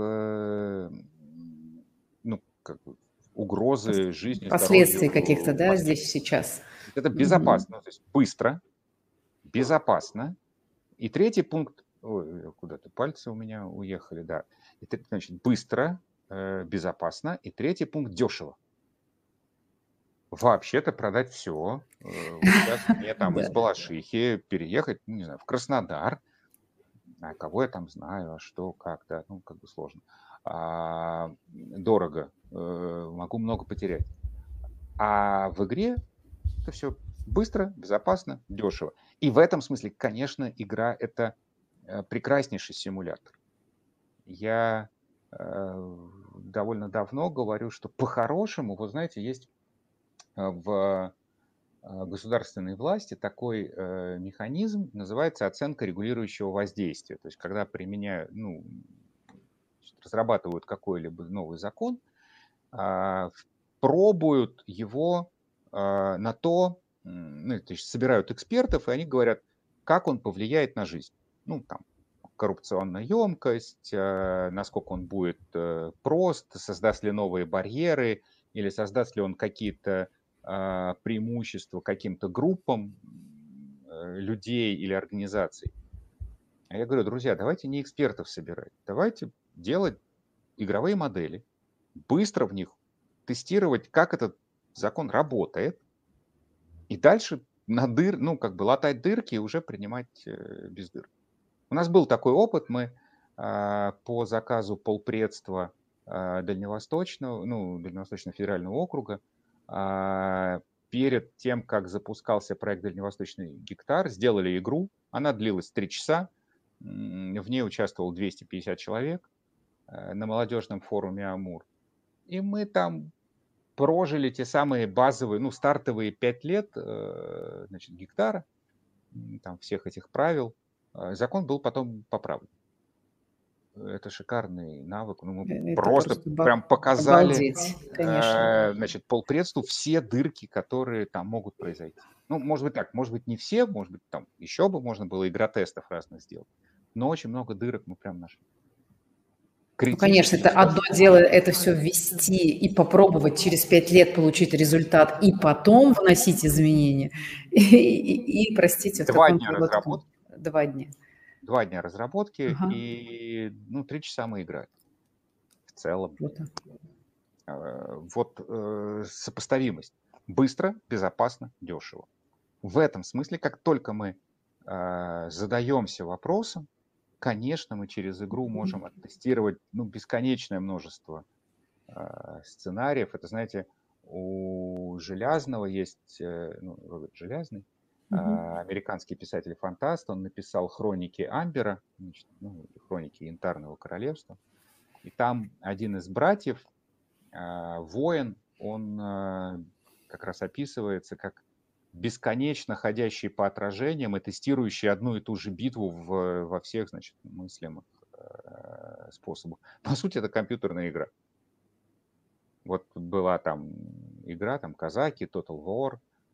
ну, как бы Пос- угрозы жизни, Последствий каких-то, здоровью, да, здесь последствий. сейчас. Это Мгм. безопасно, то есть быстро, безопасно. И третий пункт, ой, куда-то пальцы у меня уехали, да. Значит, быстро, безопасно. И третий пункт — дешево. Вообще-то продать все. Вот сейчас мне там из Да. Балашихи переехать, ну, не знаю, в Краснодар. А кого я там знаю, а что, как, да, ну, как бы сложно. Дорого, могу много потерять. А в игре это все быстро, безопасно, дешево. И в этом смысле, конечно, игра — это прекраснейший симулятор. Я довольно давно говорю, что по-хорошему, вы знаете, есть в государственной власти такой механизм, называется оценка регулирующего воздействия. То есть когда применяют, ну, разрабатывают какой-либо новый закон, пробуют его на то, ну, то есть собирают экспертов, и они говорят, как он повлияет на жизнь. Ну, там, коррупционная емкость, насколько он будет прост, создаст ли новые барьеры, или создаст ли он какие-то преимущества каким-то группам людей или организаций. А я говорю, друзья, давайте не экспертов собирать, давайте делать игровые модели, быстро в них тестировать, как этот закон работает, и дальше ну, как бы латать дырки и уже принимать без дыр. У нас был такой опыт, мы по заказу полпредства Дальневосточного, ну, Дальневосточного федерального округа, перед тем, как запускался проект «Дальневосточный гектар», сделали игру. Она длилась 3 часа, в ней участвовало 250 человек на молодежном форуме «Амур». И мы там прожили те самые базовые, ну, стартовые 5 лет, значит, гектара, там, всех этих правил. Закон был потом поправлен. Это шикарный навык. Ну, мы Это просто просто прям показали, обалдеть, конечно. значит, полпредству все дырки, которые там могут произойти. Ну, может быть так, может быть не все, может быть там еще бы можно было игротестов разных сделать. Но очень много дырок мы прям нашли. Ну, конечно, это Критических. одно дело это все ввести и попробовать через 5 лет получить результат, и потом вносить изменения. Простите, в 2 таком дня коротком разработки, 2 дня. 2 дня разработки Ага, и, ну, 3 часа мы играли в целом. круто. Вот сопоставимость. Быстро, безопасно, дешево. В этом смысле, как только мы задаемся вопросом, конечно, мы через игру можем оттестировать, ну, бесконечное множество сценариев. Это, знаете, у Желязного есть, ну, Роберт Желязный, Мгм. американский писатель-фантаст, он написал «Хроники Амбера», значит, ну, «Хроники Янтарного королевства». И там один из братьев, воин, он как раз описывается как бесконечно ходящий по отражениям и тестирующий одну и ту же битву во всех, значит, мыслимых способах. По сути, это компьютерная игра. Вот была там игра, там казаки, Total War,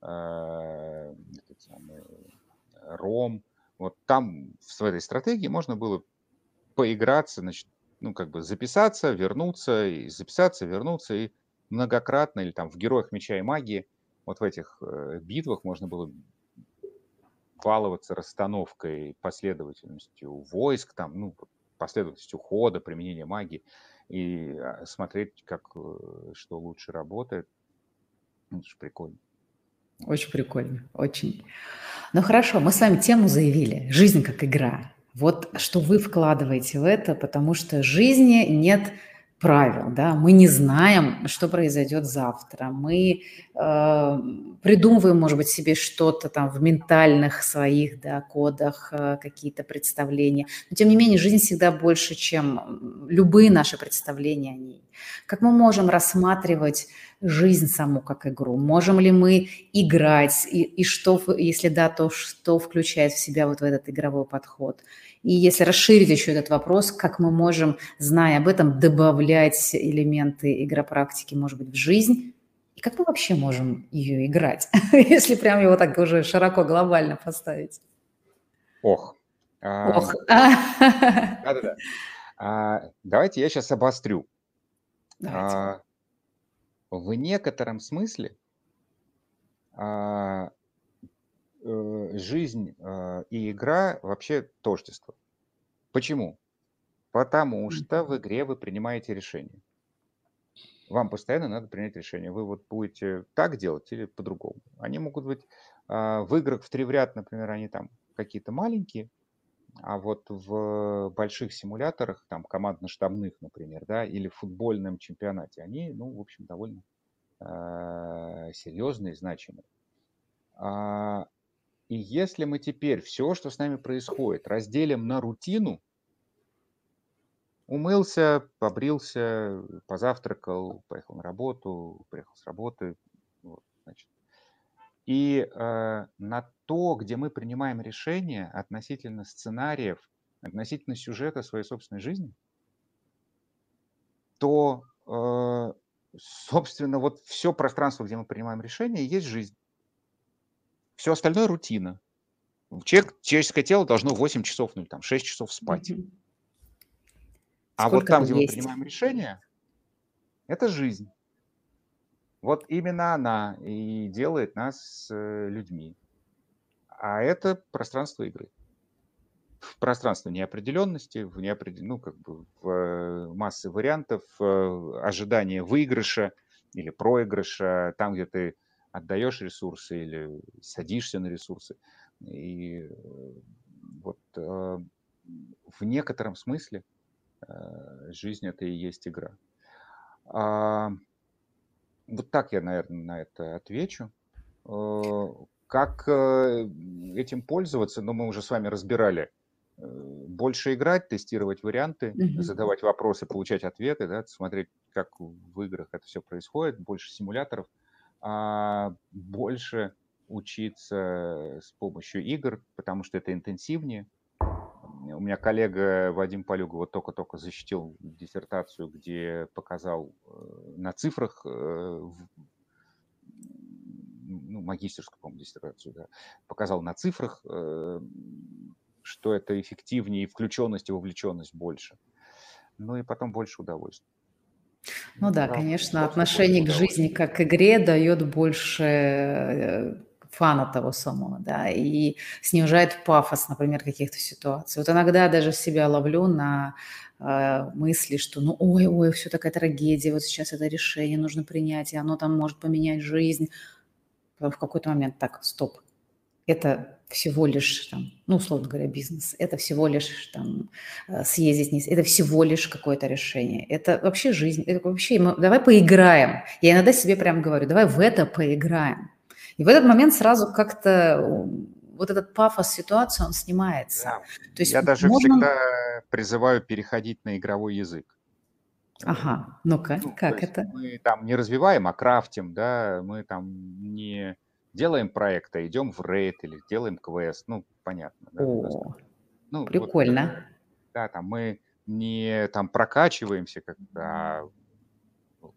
этот самый Ром. Вот там в этой стратегии можно было поиграться, значит, ну, как бы записаться, вернуться, и записаться, вернуться, и многократно, или там в «Героях меча и магии», вот в этих битвах можно было баловаться расстановкой, последовательностью войск, там, ну, последовательностью хода, применения магии, и смотреть, как, что лучше работает. Ну, это же прикольно. Очень прикольно, очень. Ну хорошо, мы с вами тему заявили. Жизнь как игра. Вот что вы вкладываете в это, потому что в жизни нет правил, да, мы не знаем, что произойдет завтра, мы придумываем, может быть, себе что-то там в ментальных своих, да, кодах, какие-то представления, но тем не менее жизнь всегда больше, чем любые наши представления о ней. Как мы можем рассматривать жизнь саму как игру? Можем ли мы играть? И что, если да, то что включает в себя вот в этот игровой подход? И если расширить еще этот вопрос, как мы можем, зная об этом, добавлять элементы игропрактики, может быть, в жизнь? И как мы вообще можем ее играть, если прям его так уже широко, глобально поставить? Ох. Ох. Да-да-да. Давайте я сейчас обострю. Давайте. В некотором смысле жизнь и игра вообще тождество. Почему? Потому что в игре вы принимаете решение. Вам постоянно надо принять решение. Вы вот будете так делать или по-другому. Они могут быть в играх в 3 в ряд, например, они там какие-то маленькие, а вот в больших симуляторах, там командно-штабных, например, да, или в футбольном чемпионате, они, ну, в общем, довольно серьезные, значимые. И если мы теперь все, что с нами происходит, разделим на рутину, Умылся, побрился, позавтракал, поехал на работу, приехал с работы. Вот, значит. И на то, где мы принимаем решения относительно сценариев, относительно сюжета своей собственной жизни, то, собственно, вот все пространство, где мы принимаем решения, есть жизнь. Все остальное рутина. Человеческое тело должно 8 часов, ну или там 6 часов спать. Мгм. А вот Сколько-то там, где мы есть. принимаем решения, это жизнь. Вот именно она и делает нас людьми. А это пространство игры. В пространство неопределенности, ну, как бы в массы вариантов, ожидания выигрыша или проигрыша, там, где ты отдаешь ресурсы или садишься на ресурсы. И вот в некотором смысле жизнь это и есть игра. А, Вот так я, наверное, на это отвечу. Как этим пользоваться? Ну, мы уже с вами разбирали. Больше играть, тестировать варианты, Мгм. задавать вопросы, получать ответы, да, смотреть, как в играх это все происходит, больше симуляторов, больше учиться с помощью игр, потому что это интенсивнее. У меня коллега Вадим Полюгов вот только-только защитил диссертацию, где показал на цифрах, ну, магистерскую, по-моему, диссертацию, да, показал на цифрах, что это эффективнее, и включенность, и вовлеченность больше. Ну и потом больше удовольствия. Ну Ну, да, главное, конечно, просто больше отношение к жизни удовольствия. как к игре дает больше фана того самого, да, и снижает пафос, например, каких-то ситуаций. Вот иногда даже себя ловлю на мысли, что ну ой, все такая трагедия, вот сейчас это решение нужно принять, и оно там может поменять жизнь. Потом в какой-то момент так, стоп, это всего лишь, там, ну, условно говоря, бизнес. Это всего лишь там съездить вниз. Это всего лишь какое-то решение. Это вообще жизнь. Это вообще давай поиграем. Я иногда себе прям говорю, давай в это поиграем. И в этот момент сразу как-то вот этот пафос ситуации, он снимается. Да. То есть Я даже можно... всегда призываю переходить на игровой язык. Э, Ага, ну-ка, Ну, то как есть это? мы там не развиваем, а крафтим, да, мы там не делаем проект, а идем в рейд или делаем квест, ну, понятно, да, просто. О, Ну, вот, прикольно. да, там мы не там прокачиваемся как-то, а ну,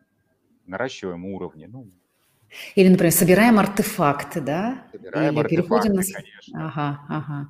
наращиваем уровни, ну, Или, например, собираем артефакты, да? собираем Или переходим на... артефакты, конечно. Ага, ага.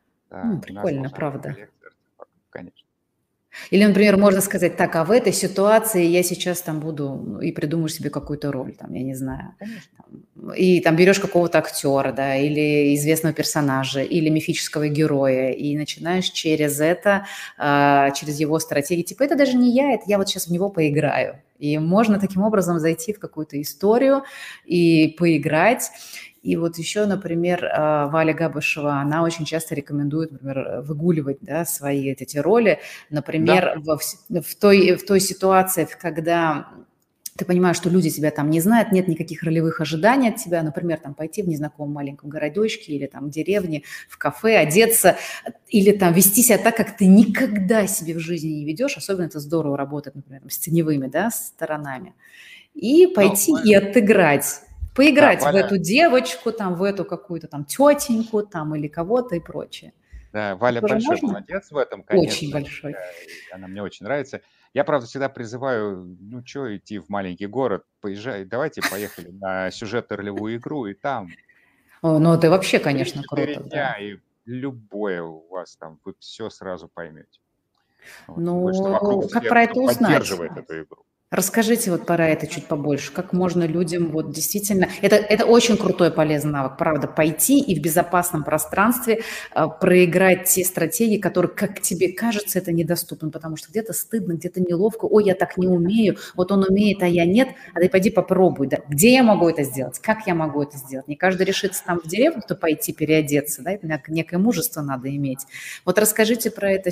Да, у нас Прикольно, должна быть правда. коллекция артефактов, конечно. Или, например, можно сказать так, а в этой ситуации я сейчас там буду, и придумаешь себе какую-то роль, там, я не знаю, Конечно. и там берешь какого-то актера, да, или известного персонажа, или мифического героя, и начинаешь через это, через его стратегии, типа, это даже не я, это я вот сейчас в него поиграю. И можно таким образом зайти в какую-то историю и поиграть. И вот еще, например, Валя Габышева, она очень часто рекомендует, например, выгуливать, да, свои эти роли. Да, Например, в той ситуации, когда ты понимаешь, что люди тебя там не знают, нет никаких ролевых ожиданий от тебя, например, там пойти в незнакомом маленьком городочке или там деревне, в кафе, одеться, или там вести себя так, как ты никогда себе в жизни не ведешь, особенно это здорово работает, например, с теневыми, да, сторонами, и ну, пойти и отыграть, да, поиграть в Валя, эту девочку, там, в эту какую-то там тетеньку там или кого-то и прочее. да, Это Валя тоже большой можно? молодец в этом, Очень конечно. большой. Она мне очень нравится. Я, правда, всегда призываю, ну, что идти в маленький город, поезжай, давайте поехали на сюжетно-ролевую игру, и там О, ну, это вообще, конечно, 3-4 круто, да. дня, и любое у вас там, вы все сразу поймете. Вот, тем более, что вокруг Ну, как все, про кто это узнать? поддерживает эту игру. Расскажите вот про это чуть побольше. Как можно людям вот действительно... Это очень крутой полезный навык, правда, пойти и в безопасном пространстве проиграть те стратегии, которые, как тебе кажется, это недоступно, потому что где-то стыдно, где-то неловко. Ой, я так не умею, вот он умеет, а я нет. А ты пойди попробуй. Да? Где я могу это сделать? Как я могу это сделать? Не каждый решится там в деревню-то пойти переодеться, да? Это некое мужество надо иметь. Вот расскажите про это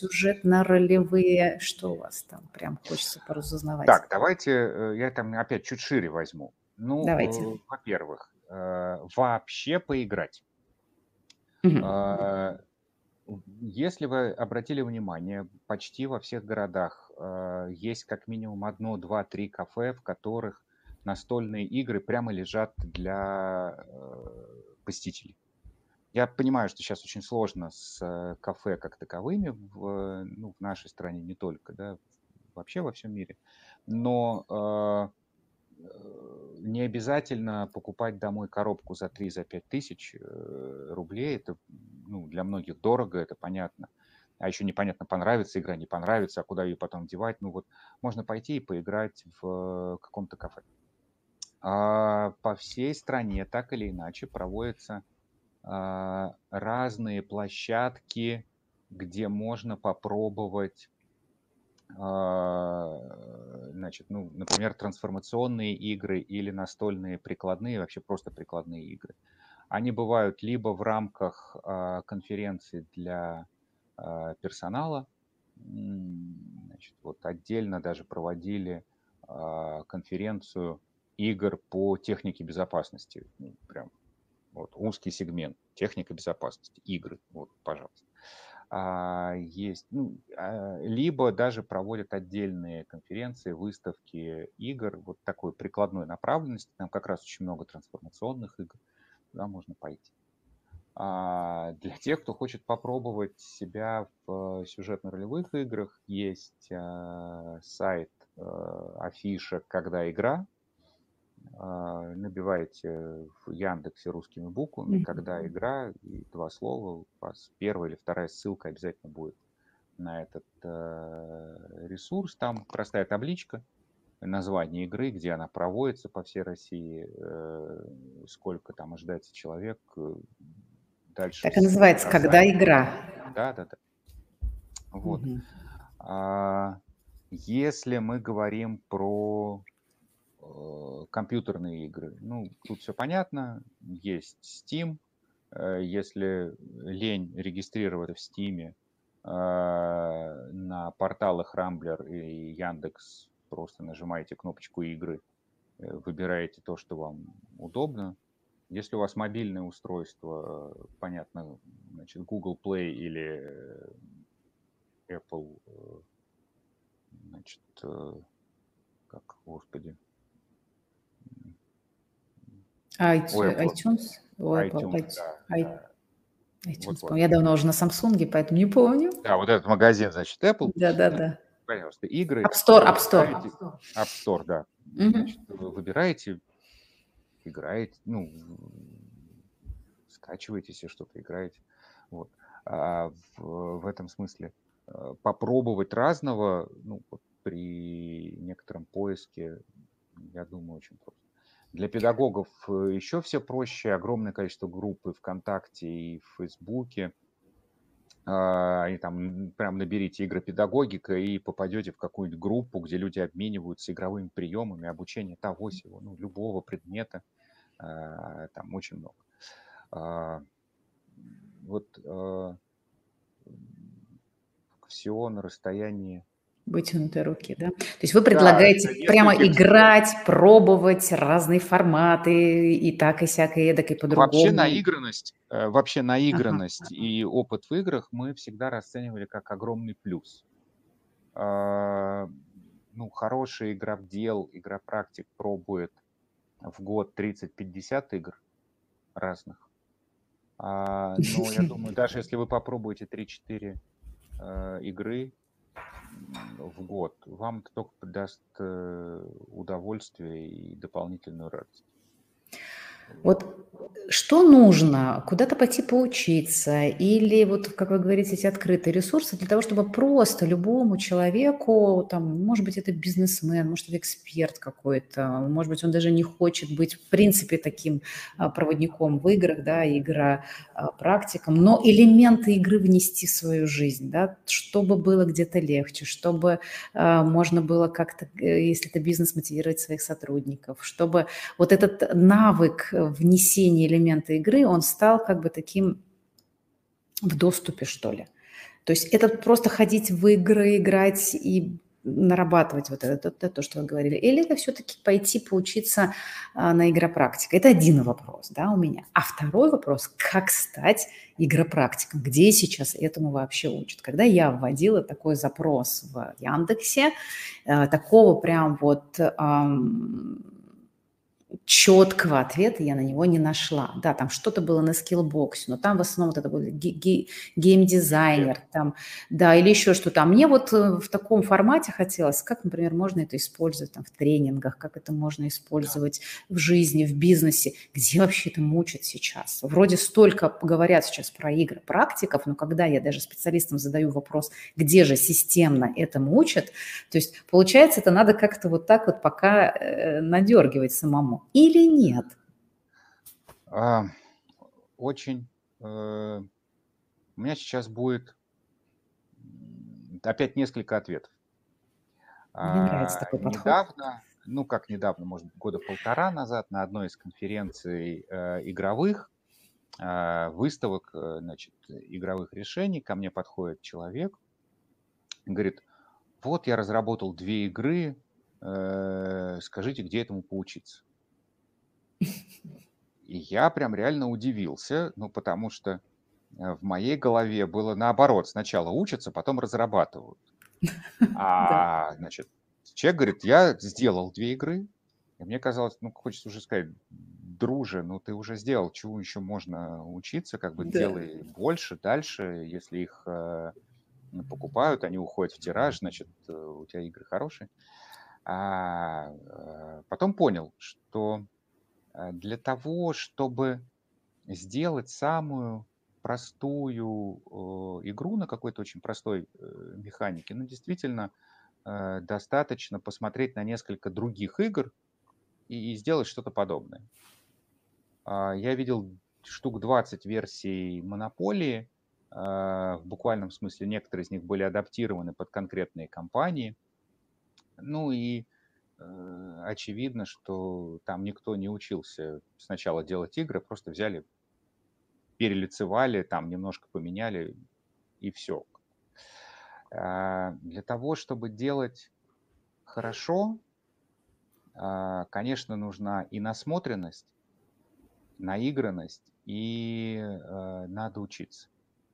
сюжетно-ролевые, что у вас там прям хочется поразузнавать. Так, давайте я там опять чуть шире возьму. Давайте. Ну, во-первых, вообще поиграть. Мгм. Э, Если вы обратили внимание, почти во всех городах есть как минимум одно, два, три кафе, в которых настольные игры прямо лежат для посетителей. Я понимаю, что сейчас очень сложно с кафе как таковыми в нашей стране, не только, да, вообще во всем мире, но не обязательно покупать домой коробку за 3-5 тысяч рублей. Это для многих дорого, это понятно. А еще непонятно, понравится игра, не понравится, а куда ее потом девать. Можно пойти и поиграть в каком-то кафе. По всей стране так или иначе проводятся разные площадки, где можно попробовать, например, трансформационные игры или настольные прикладные, вообще просто прикладные игры. Они бывают либо в рамках конференций для персонала. Отдельно даже проводили конференцию игр по технике безопасности. Прям узкий сегмент техника безопасности, игры. Пожалуйста. Есть, либо даже проводят отдельные конференции, выставки игр такой прикладной направленности. Там как раз очень много трансформационных игр, туда можно пойти. Для тех, кто хочет попробовать себя в сюжетно-ролевых играх, есть сайт, афиша «Когда игра». Набиваете в Яндексе русскими буквами «Когда игра» и 2 слова, у вас первая или вторая ссылка обязательно будет на этот ресурс. Там простая табличка, название игры, где она проводится по всей России, сколько там ожидается человек. Дальше так и называется «Когда игра». Да. Если мы говорим про компьютерные игры, тут все понятно, есть Steam. Если лень регистрироваться в Steam, на порталах Рамблер и Яндекс просто нажимаете кнопочку «Игры», выбираете то, что вам удобно. Если у вас мобильное устройство, понятно, Google Play или Apple, господи, iTunes? iTunes, да. iTunes. Я давно уже на Samsung, поэтому не помню. Да, этот магазин, Apple. Да. Пожалуйста, игры. App Store. App Store, да. Вы выбираете, играете, скачиваете себе что-то, играете. В этом смысле попробовать разного, при некотором поиске, я думаю, очень просто. Для педагогов еще все проще. Огромное количество групп и ВКонтакте, и в Фейсбуке. И там прям наберите «Игропедагогика» и попадете в какую-нибудь группу, где люди обмениваются игровыми приемами, обучение того-сего, любого предмета. Там очень много. Все на расстоянии вытянутой руки, да? То есть вы предлагаете прямо играть, пробовать разные форматы и так, и сяк, и эдак, и по-другому. Вообще наигранность и опыт в играх мы всегда расценивали как огромный плюс. Хороший игровдел, игропрактик пробует в год 30-50 игр разных. Но я думаю, даже если вы попробуете 3-4 игры в год, вам это только даст удовольствие и дополнительную радость. Что нужно? Куда-то пойти поучиться? Или, как вы говорите, эти открытые ресурсы для того, чтобы просто любому человеку, может быть, это бизнесмен, может, это эксперт какой-то, может быть, он даже не хочет быть, в принципе, таким проводником в играх, да, игропрактиком, но элементы игры внести в свою жизнь, да, чтобы было где-то легче, чтобы можно было как-то, если это бизнес, мотивировать своих сотрудников, чтобы этот навык внесения элемента игры, он стал таким в доступе, что ли. То есть это просто ходить в игры, играть и нарабатывать вот это, то, что вы говорили, или это все-таки пойти поучиться на игропрактика? Это один вопрос, да, у меня. А второй вопрос, как стать игропрактиком? Где сейчас этому вообще учат? Когда я вводила такой запрос в Яндексе, такого прям вот четкого ответа я на него не нашла. Да, там что-то было на скиллбоксе, но там в основном вот это был геймдизайнер, там, да, или еще что-то. А мне вот в таком формате хотелось, как, например, можно это использовать там в тренингах, как это можно использовать в жизни, в бизнесе, где вообще это мучат сейчас. Вроде столько говорят сейчас про игры практиков, но когда я даже специалистам задаю вопрос, где же системно этому учат, то есть, получается, это надо как-то вот так вот пока надергивать самому. Или нет? А, Очень... У меня сейчас будет опять несколько ответов. Мне нравится такой подход. Недавно, ну как недавно, может быть, года полтора назад на одной из конференций игровых, выставок, значит, игровых решений ко мне подходит человек, говорит, вот я разработал 2 игры, скажите, где этому поучиться? И я прям реально удивился, ну потому что в моей голове было наоборот, сначала учатся, потом разрабатывают. Да. Значит, человек говорит, я сделал 2 игры, и мне казалось, ну, хочется уже сказать, друже, ну, ты уже сделал, чего еще можно учиться, как бы Да. делай больше, дальше, если их покупают, они уходят в тираж, значит, у тебя игры хорошие. Потом понял, что для того, чтобы сделать самую простую игру на какой-то очень простой механике, ну, действительно, достаточно посмотреть на несколько других игр и сделать что-то подобное. Я видел штук 20 версий Монополии. В буквальном смысле некоторые из них были адаптированы под конкретные компании. Ну и очевидно, что там никто не учился сначала делать игры, просто взяли, перелицевали, там немножко поменяли и все. Для того, чтобы делать хорошо, конечно, нужна и насмотренность, наигранность, и надо учиться.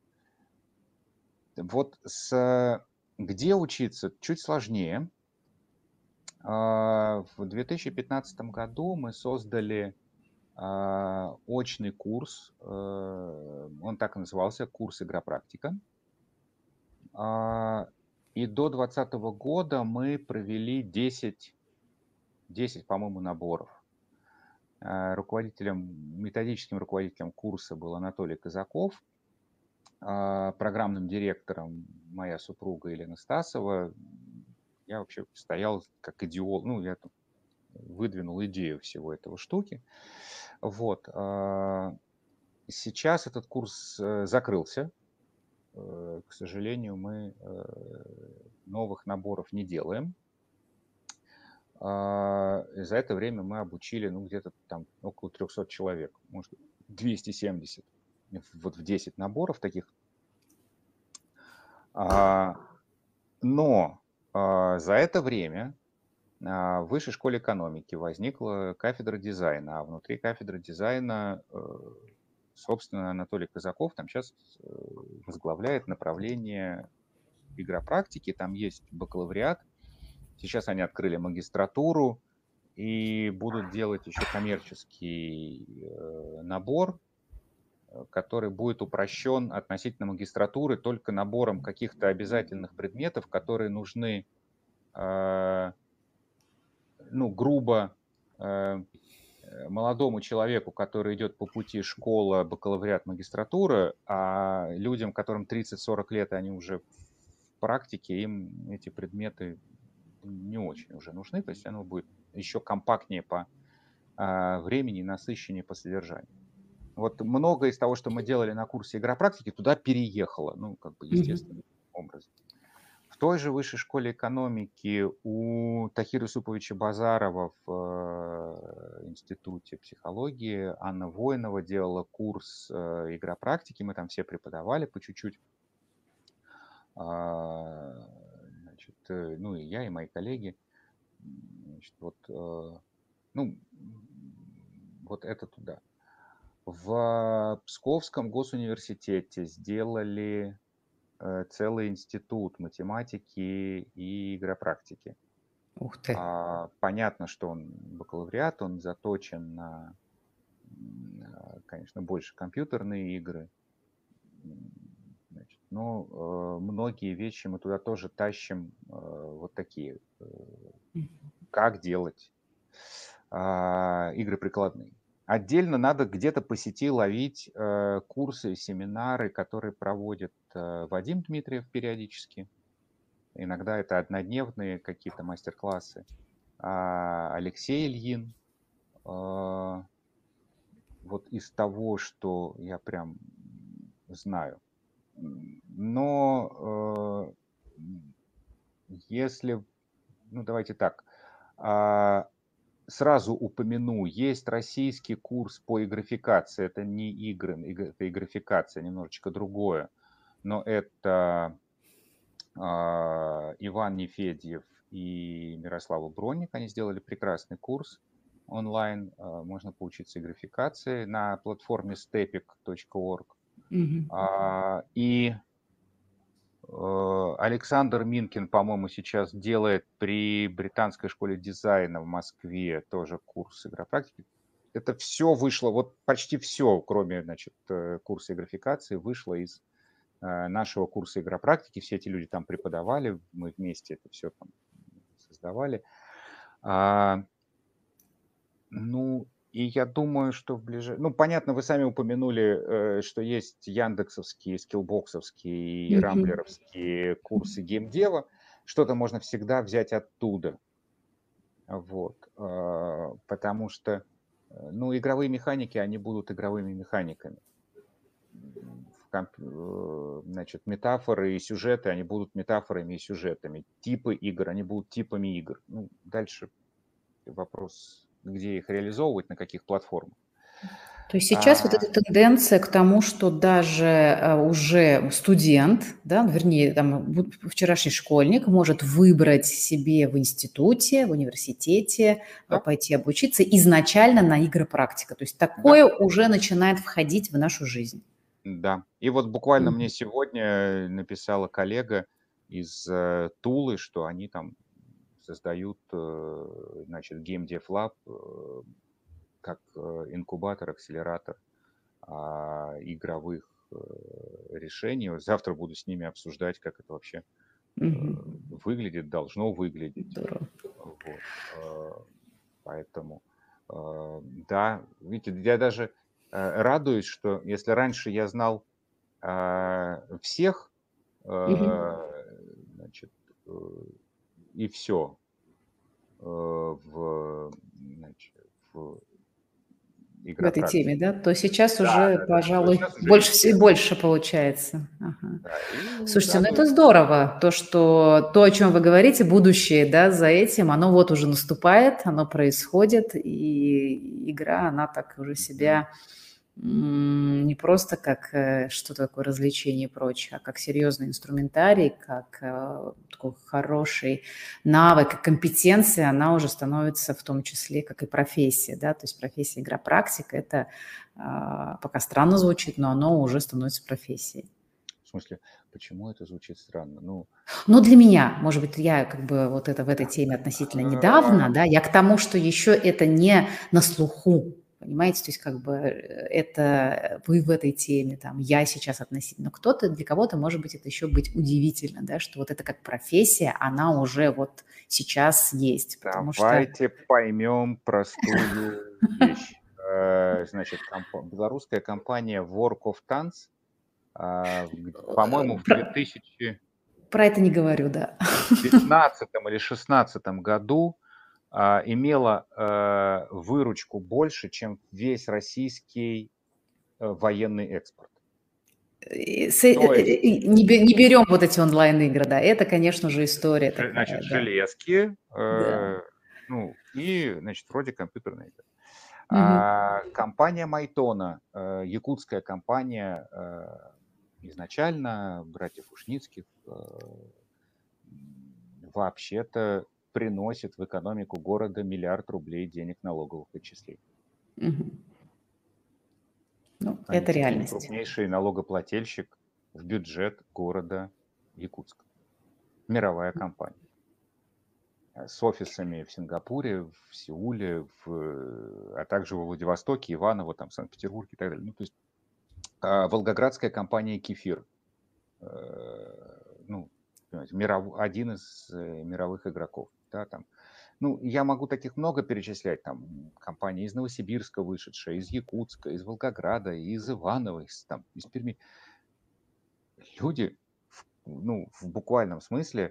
Вот где учиться чуть сложнее. В 2015 году мы создали очный курс, он так и назывался, курс «Игропрактика». И до 2020 года мы провели 10, по-моему, наборов. Методическим руководителем курса был Анатолий Казаков, программным директором моя супруга Елена Стасова. Я вообще стоял как идеолог, ну, я выдвинул идею всего этого штуки. Вот. Сейчас этот курс закрылся. К сожалению, мы новых наборов не делаем. За это время мы обучили, ну, где-то там около 300 человек, может, 270. Вот в 10 наборов таких. Но за это время в Высшей школе экономики возникла кафедра дизайна, а внутри кафедры дизайна, собственно, Анатолий Казаков там сейчас возглавляет направление игропрактики, там есть бакалавриат, сейчас они открыли магистратуру и будут делать еще коммерческий набор, который будет упрощен относительно магистратуры только набором каких-то обязательных предметов, которые нужны, ну, грубо, молодому человеку, который идет по пути школа, бакалавриат, магистратура, а людям, которым 30-40 лет, они уже в практике, им эти предметы не очень уже нужны, то есть оно будет еще компактнее по времени и насыщеннее по содержанию. Вот многое из того, что мы делали на курсе игропрактики, туда переехало, ну, как бы естественным образом. В той же Высшей школе экономики у Тахира Юсуповича Базарова в Институте психологии Анна Воинова делала курс игропрактики, мы там все преподавали по чуть-чуть. Значит, ну и я, и мои коллеги, значит, вот, ну, вот это туда. В Псковском госуниверситете сделали целый институт математики и игропрактики. Ух ты. Понятно, что он бакалавриат, он заточен на, конечно, больше компьютерные игры. Значит, но многие вещи мы туда тоже тащим, вот такие, как делать игры прикладные. Отдельно надо где-то по сети ловить курсы, семинары, которые проводит Вадим Дмитриев периодически. Иногда это однодневные какие-то мастер-классы. Алексей Ильин. Вот из того, что я прям знаю. Но если, ну давайте так, сразу упомяну, есть российский курс по игрофикации. Это не игры, это игрофикация, немножечко другое. Но это Иван Нефедьев и Мирослава Бронник. Они сделали прекрасный курс онлайн. Можно поучиться игрофикации на платформе stepic.org. И Александр Минкин, по-моему, сейчас делает при Британской школе дизайна в Москве тоже курс игропрактики. Это все вышло, вот почти все, кроме, значит, курса игрофикации, вышло из нашего курса игропрактики. Все эти люди там преподавали, мы вместе это все там создавали. Ну, и я думаю, что в ближайшем... Ну, понятно, вы сами упомянули, что есть яндексовские, скиллбоксовские и рамблеровские курсы геймдева. Что-то можно всегда взять оттуда. Вот. Потому что, ну, игровые механики, они будут игровыми механиками. Значит, метафоры и сюжеты, они будут метафорами и сюжетами. Типы игр, они будут типами игр. Ну, дальше вопрос, где их реализовывать, на каких платформах. То есть сейчас вот эта тенденция к тому, что даже уже студент, да, вернее, там, вчерашний школьник может выбрать себе в институте, в университете, да, пойти обучиться изначально на игропрактика. То есть такое уже начинает входить в нашу жизнь. Да. И вот буквально мне сегодня написала коллега из Тулы, что они там создают, значит, Game Dev Lab как инкубатор, акселератор игровых решений. Завтра буду с ними обсуждать, как это вообще выглядит, должно выглядеть. Вот. Поэтому, да, видите, я даже радуюсь, что если раньше я знал всех, значит, и все значит, в этой теме, да, то сейчас да, уже, пожалуй, сейчас уже больше и больше получается. Да, Слушайте, ну это здорово, то, о чем вы говорите, будущее, да, за этим, оно вот уже наступает, оно происходит, и игра, она так уже себя не просто как что-то такое развлечение и прочее, а как серьезный инструментарий, как такой хороший навык и компетенция, она уже становится в том числе как и профессия, да, то есть профессия игропрактика, это пока странно звучит, но оно уже становится профессией. В смысле, почему это звучит странно? Ну, для меня, может быть, я как бы вот это в этой теме относительно недавно, да, я к тому, что еще это не на слуху, понимаете, то есть как бы это вы в этой теме, там, я сейчас относительно, кто-то, для кого-то, может быть, это еще быть удивительно, да, что вот это как профессия, она уже вот сейчас есть, потому Давайте поймем простую вещь. Значит, белорусская компания Work of Tanks, по-моему, в 2000... Про это не говорю, да. В 2015 или 2016 году имела выручку больше, чем весь российский военный экспорт. Не берем вот эти онлайн-игры, да, это, конечно же, история такая. Значит, железки, ну, и, значит, вроде компьютерные игры. Компания Майтона, якутская компания, изначально братьев Ушницких, вообще-то приносит в экономику города 1 миллиард рублей денег налоговых отчислений. Мгм. Ну, Они это теперь реальность. крупнейший налогоплательщик в бюджет города Якутска. Мировая компания. С офисами в Сингапуре, в Сеуле, а также во Владивостоке, Иваново, там, Санкт-Петербурге и так далее. Ну, то есть волгоградская компания «Кефир», ну, понимаете, один из мировых игроков. Да, там. Ну, я могу таких много перечислять. Там компании из Новосибирска вышедшая, из Якутска, из Волгограда, из Иваново, из Перми. Люди, в буквальном смысле,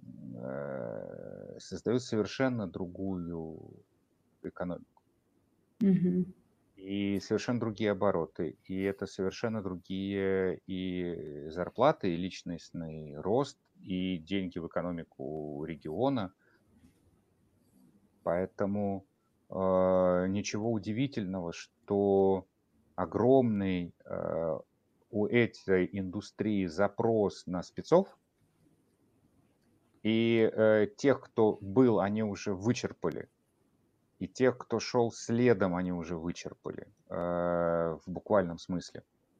создают совершенно другую экономику. Мгм. И совершенно другие обороты. И это совершенно другие и зарплаты, и личностный рост, и деньги в экономику региона. Поэтому ничего удивительного, что огромный у этой индустрии запрос на спецов, и тех, кто был, они уже вычерпали, и тех, кто шел следом, они уже вычерпали в буквальном смысле.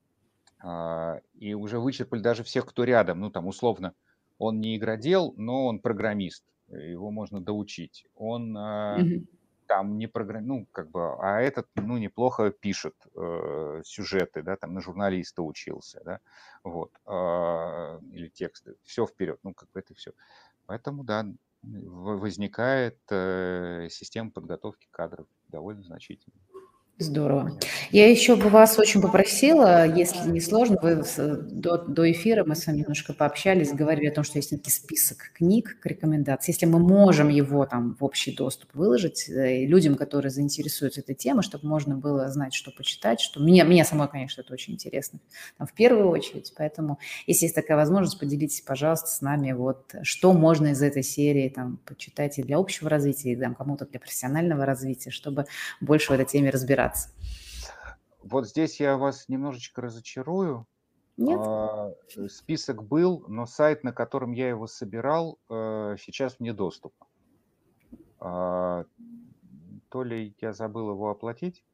И уже вычерпали даже всех, кто рядом. Ну, там, условно, он не игродел, но он программист. Его можно доучить. Он Мгм. там не программист, а этот, неплохо пишет сюжеты, да, там на журналиста учился, да, вот, или тексты. Все вперед, это все. Поэтому, да, возникает система подготовки кадров довольно значительная. Здорово. Понятно. Я еще бы вас очень попросила, если не сложно, до эфира мы с вами немножко пообщались, говорили о том, что есть некий список книг к рекомендации. Если мы можем его там в общий доступ выложить людям, которые заинтересуются этой темой, чтобы можно было знать, что почитать, что меня самой, конечно, это очень интересно, там, в первую очередь. Поэтому, если есть такая возможность, поделитесь, пожалуйста, с нами, вот, что можно из этой серии там почитать и для общего развития, и там, кому-то для профессионального развития, чтобы больше в этой теме разбираться. Вот здесь я вас немножечко разочарую. Нет? Список был, но сайт, на котором я его собирал, сейчас вне доступа. То ли я забыл его оплатить,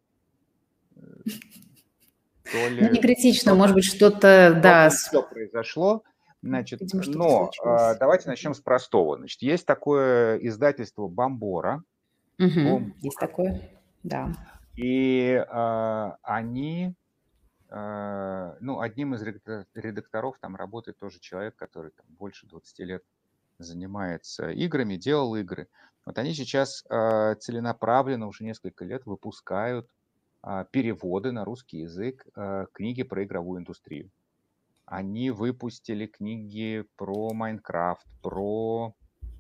то ли... Ну, не критично, может быть, что-то, да. Все произошло. Значит, Видимо, что-то но случилось. давайте начнем с простого. Значит, есть такое издательство «Бомбора». Есть такое, да. И они, одним из редакторов там работает тоже человек, который там больше 20 лет занимается играми, делал игры. Вот они сейчас целенаправленно уже несколько лет выпускают переводы на русский язык книги про игровую индустрию. Они выпустили книги про Майнкрафт, про,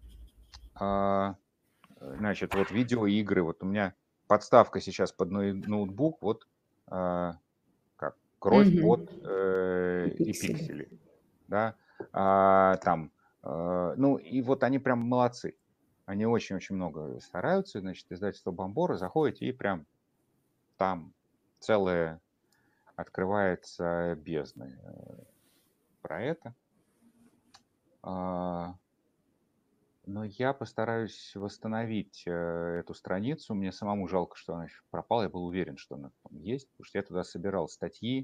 значит, вот видеоигры. Вот у меня подставка сейчас под ноутбук, вот как кровь, пот И и пиксели. пиксели. Да? И вот они прям молодцы. Они очень-очень много стараются. Значит, издательство «Бомбора», заходите, и прям там целое открывается бездна про это. Но я постараюсь восстановить эту страницу. Мне самому жалко, что она еще пропала. Я был уверен, что она там есть, потому что я туда собирал статьи,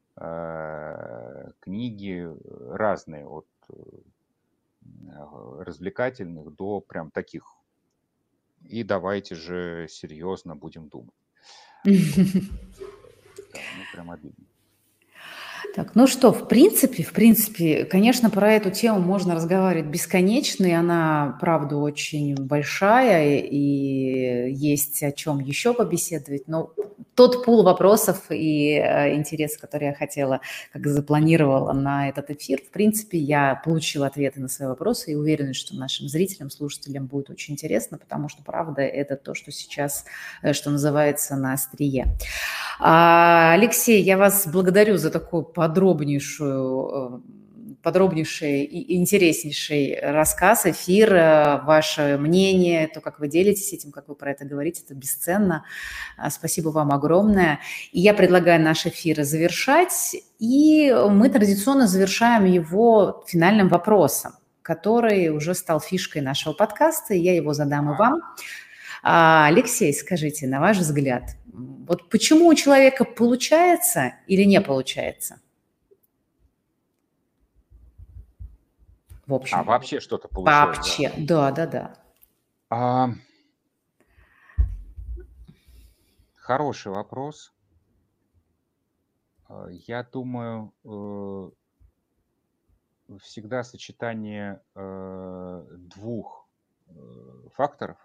книги разные, от развлекательных до прям таких. И давайте же серьезно будем думать. Да, прям обидно. Так, ну что, в принципе, конечно, про эту тему можно разговаривать бесконечно, и она, правда, очень большая, и есть о чем еще побеседовать, но тот пул вопросов и интересов, которые я хотела, как запланировала на этот эфир, в принципе, я получила ответы на свои вопросы и уверена, что нашим зрителям, слушателям будет очень интересно, потому что, правда, это то, что сейчас, что называется, на острие. Алексей, я вас благодарю за такой подробнейший и интереснейший рассказ, эфир, ваше мнение, то, как вы делитесь этим, как вы про это говорите, это бесценно. Спасибо вам огромное. И я предлагаю наш эфир завершать, и мы традиционно завершаем его финальным вопросом. который уже стал фишкой нашего подкаста, и я его задам и вам. Алексей, скажите, на ваш взгляд, вот почему у человека получается или не получается? В общем. Вообще что-то получается? Вообще, да. Хороший вопрос. Я думаю, всегда сочетание двух факторов.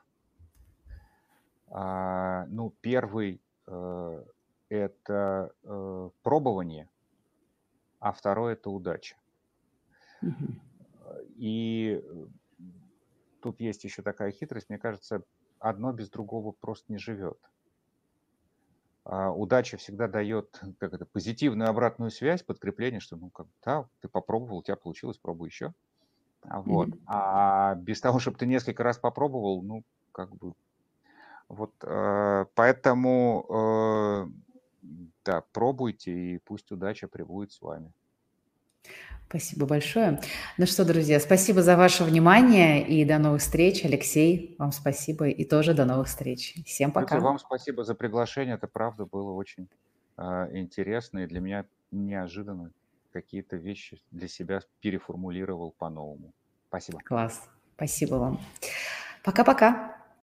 Ну, первый это пробование, а второй это удача. И тут есть еще такая хитрость, мне кажется, одно без другого просто не живет. Удача всегда дает позитивную обратную связь, подкрепление, что да, ты попробовал, у тебя получилось, пробуй еще. Вот. А без того, чтобы ты несколько раз попробовал, вот, поэтому, да, пробуйте, и пусть удача пребудет с вами. Спасибо большое. Ну что, друзья, спасибо за ваше внимание и до новых встреч. Алексей, вам спасибо и тоже до новых встреч. Всем пока. Вам спасибо за приглашение, это правда было очень интересно, и для меня неожиданно какие-то вещи для себя переформулировал по-новому. Спасибо. Класс. Спасибо вам. Пока-пока.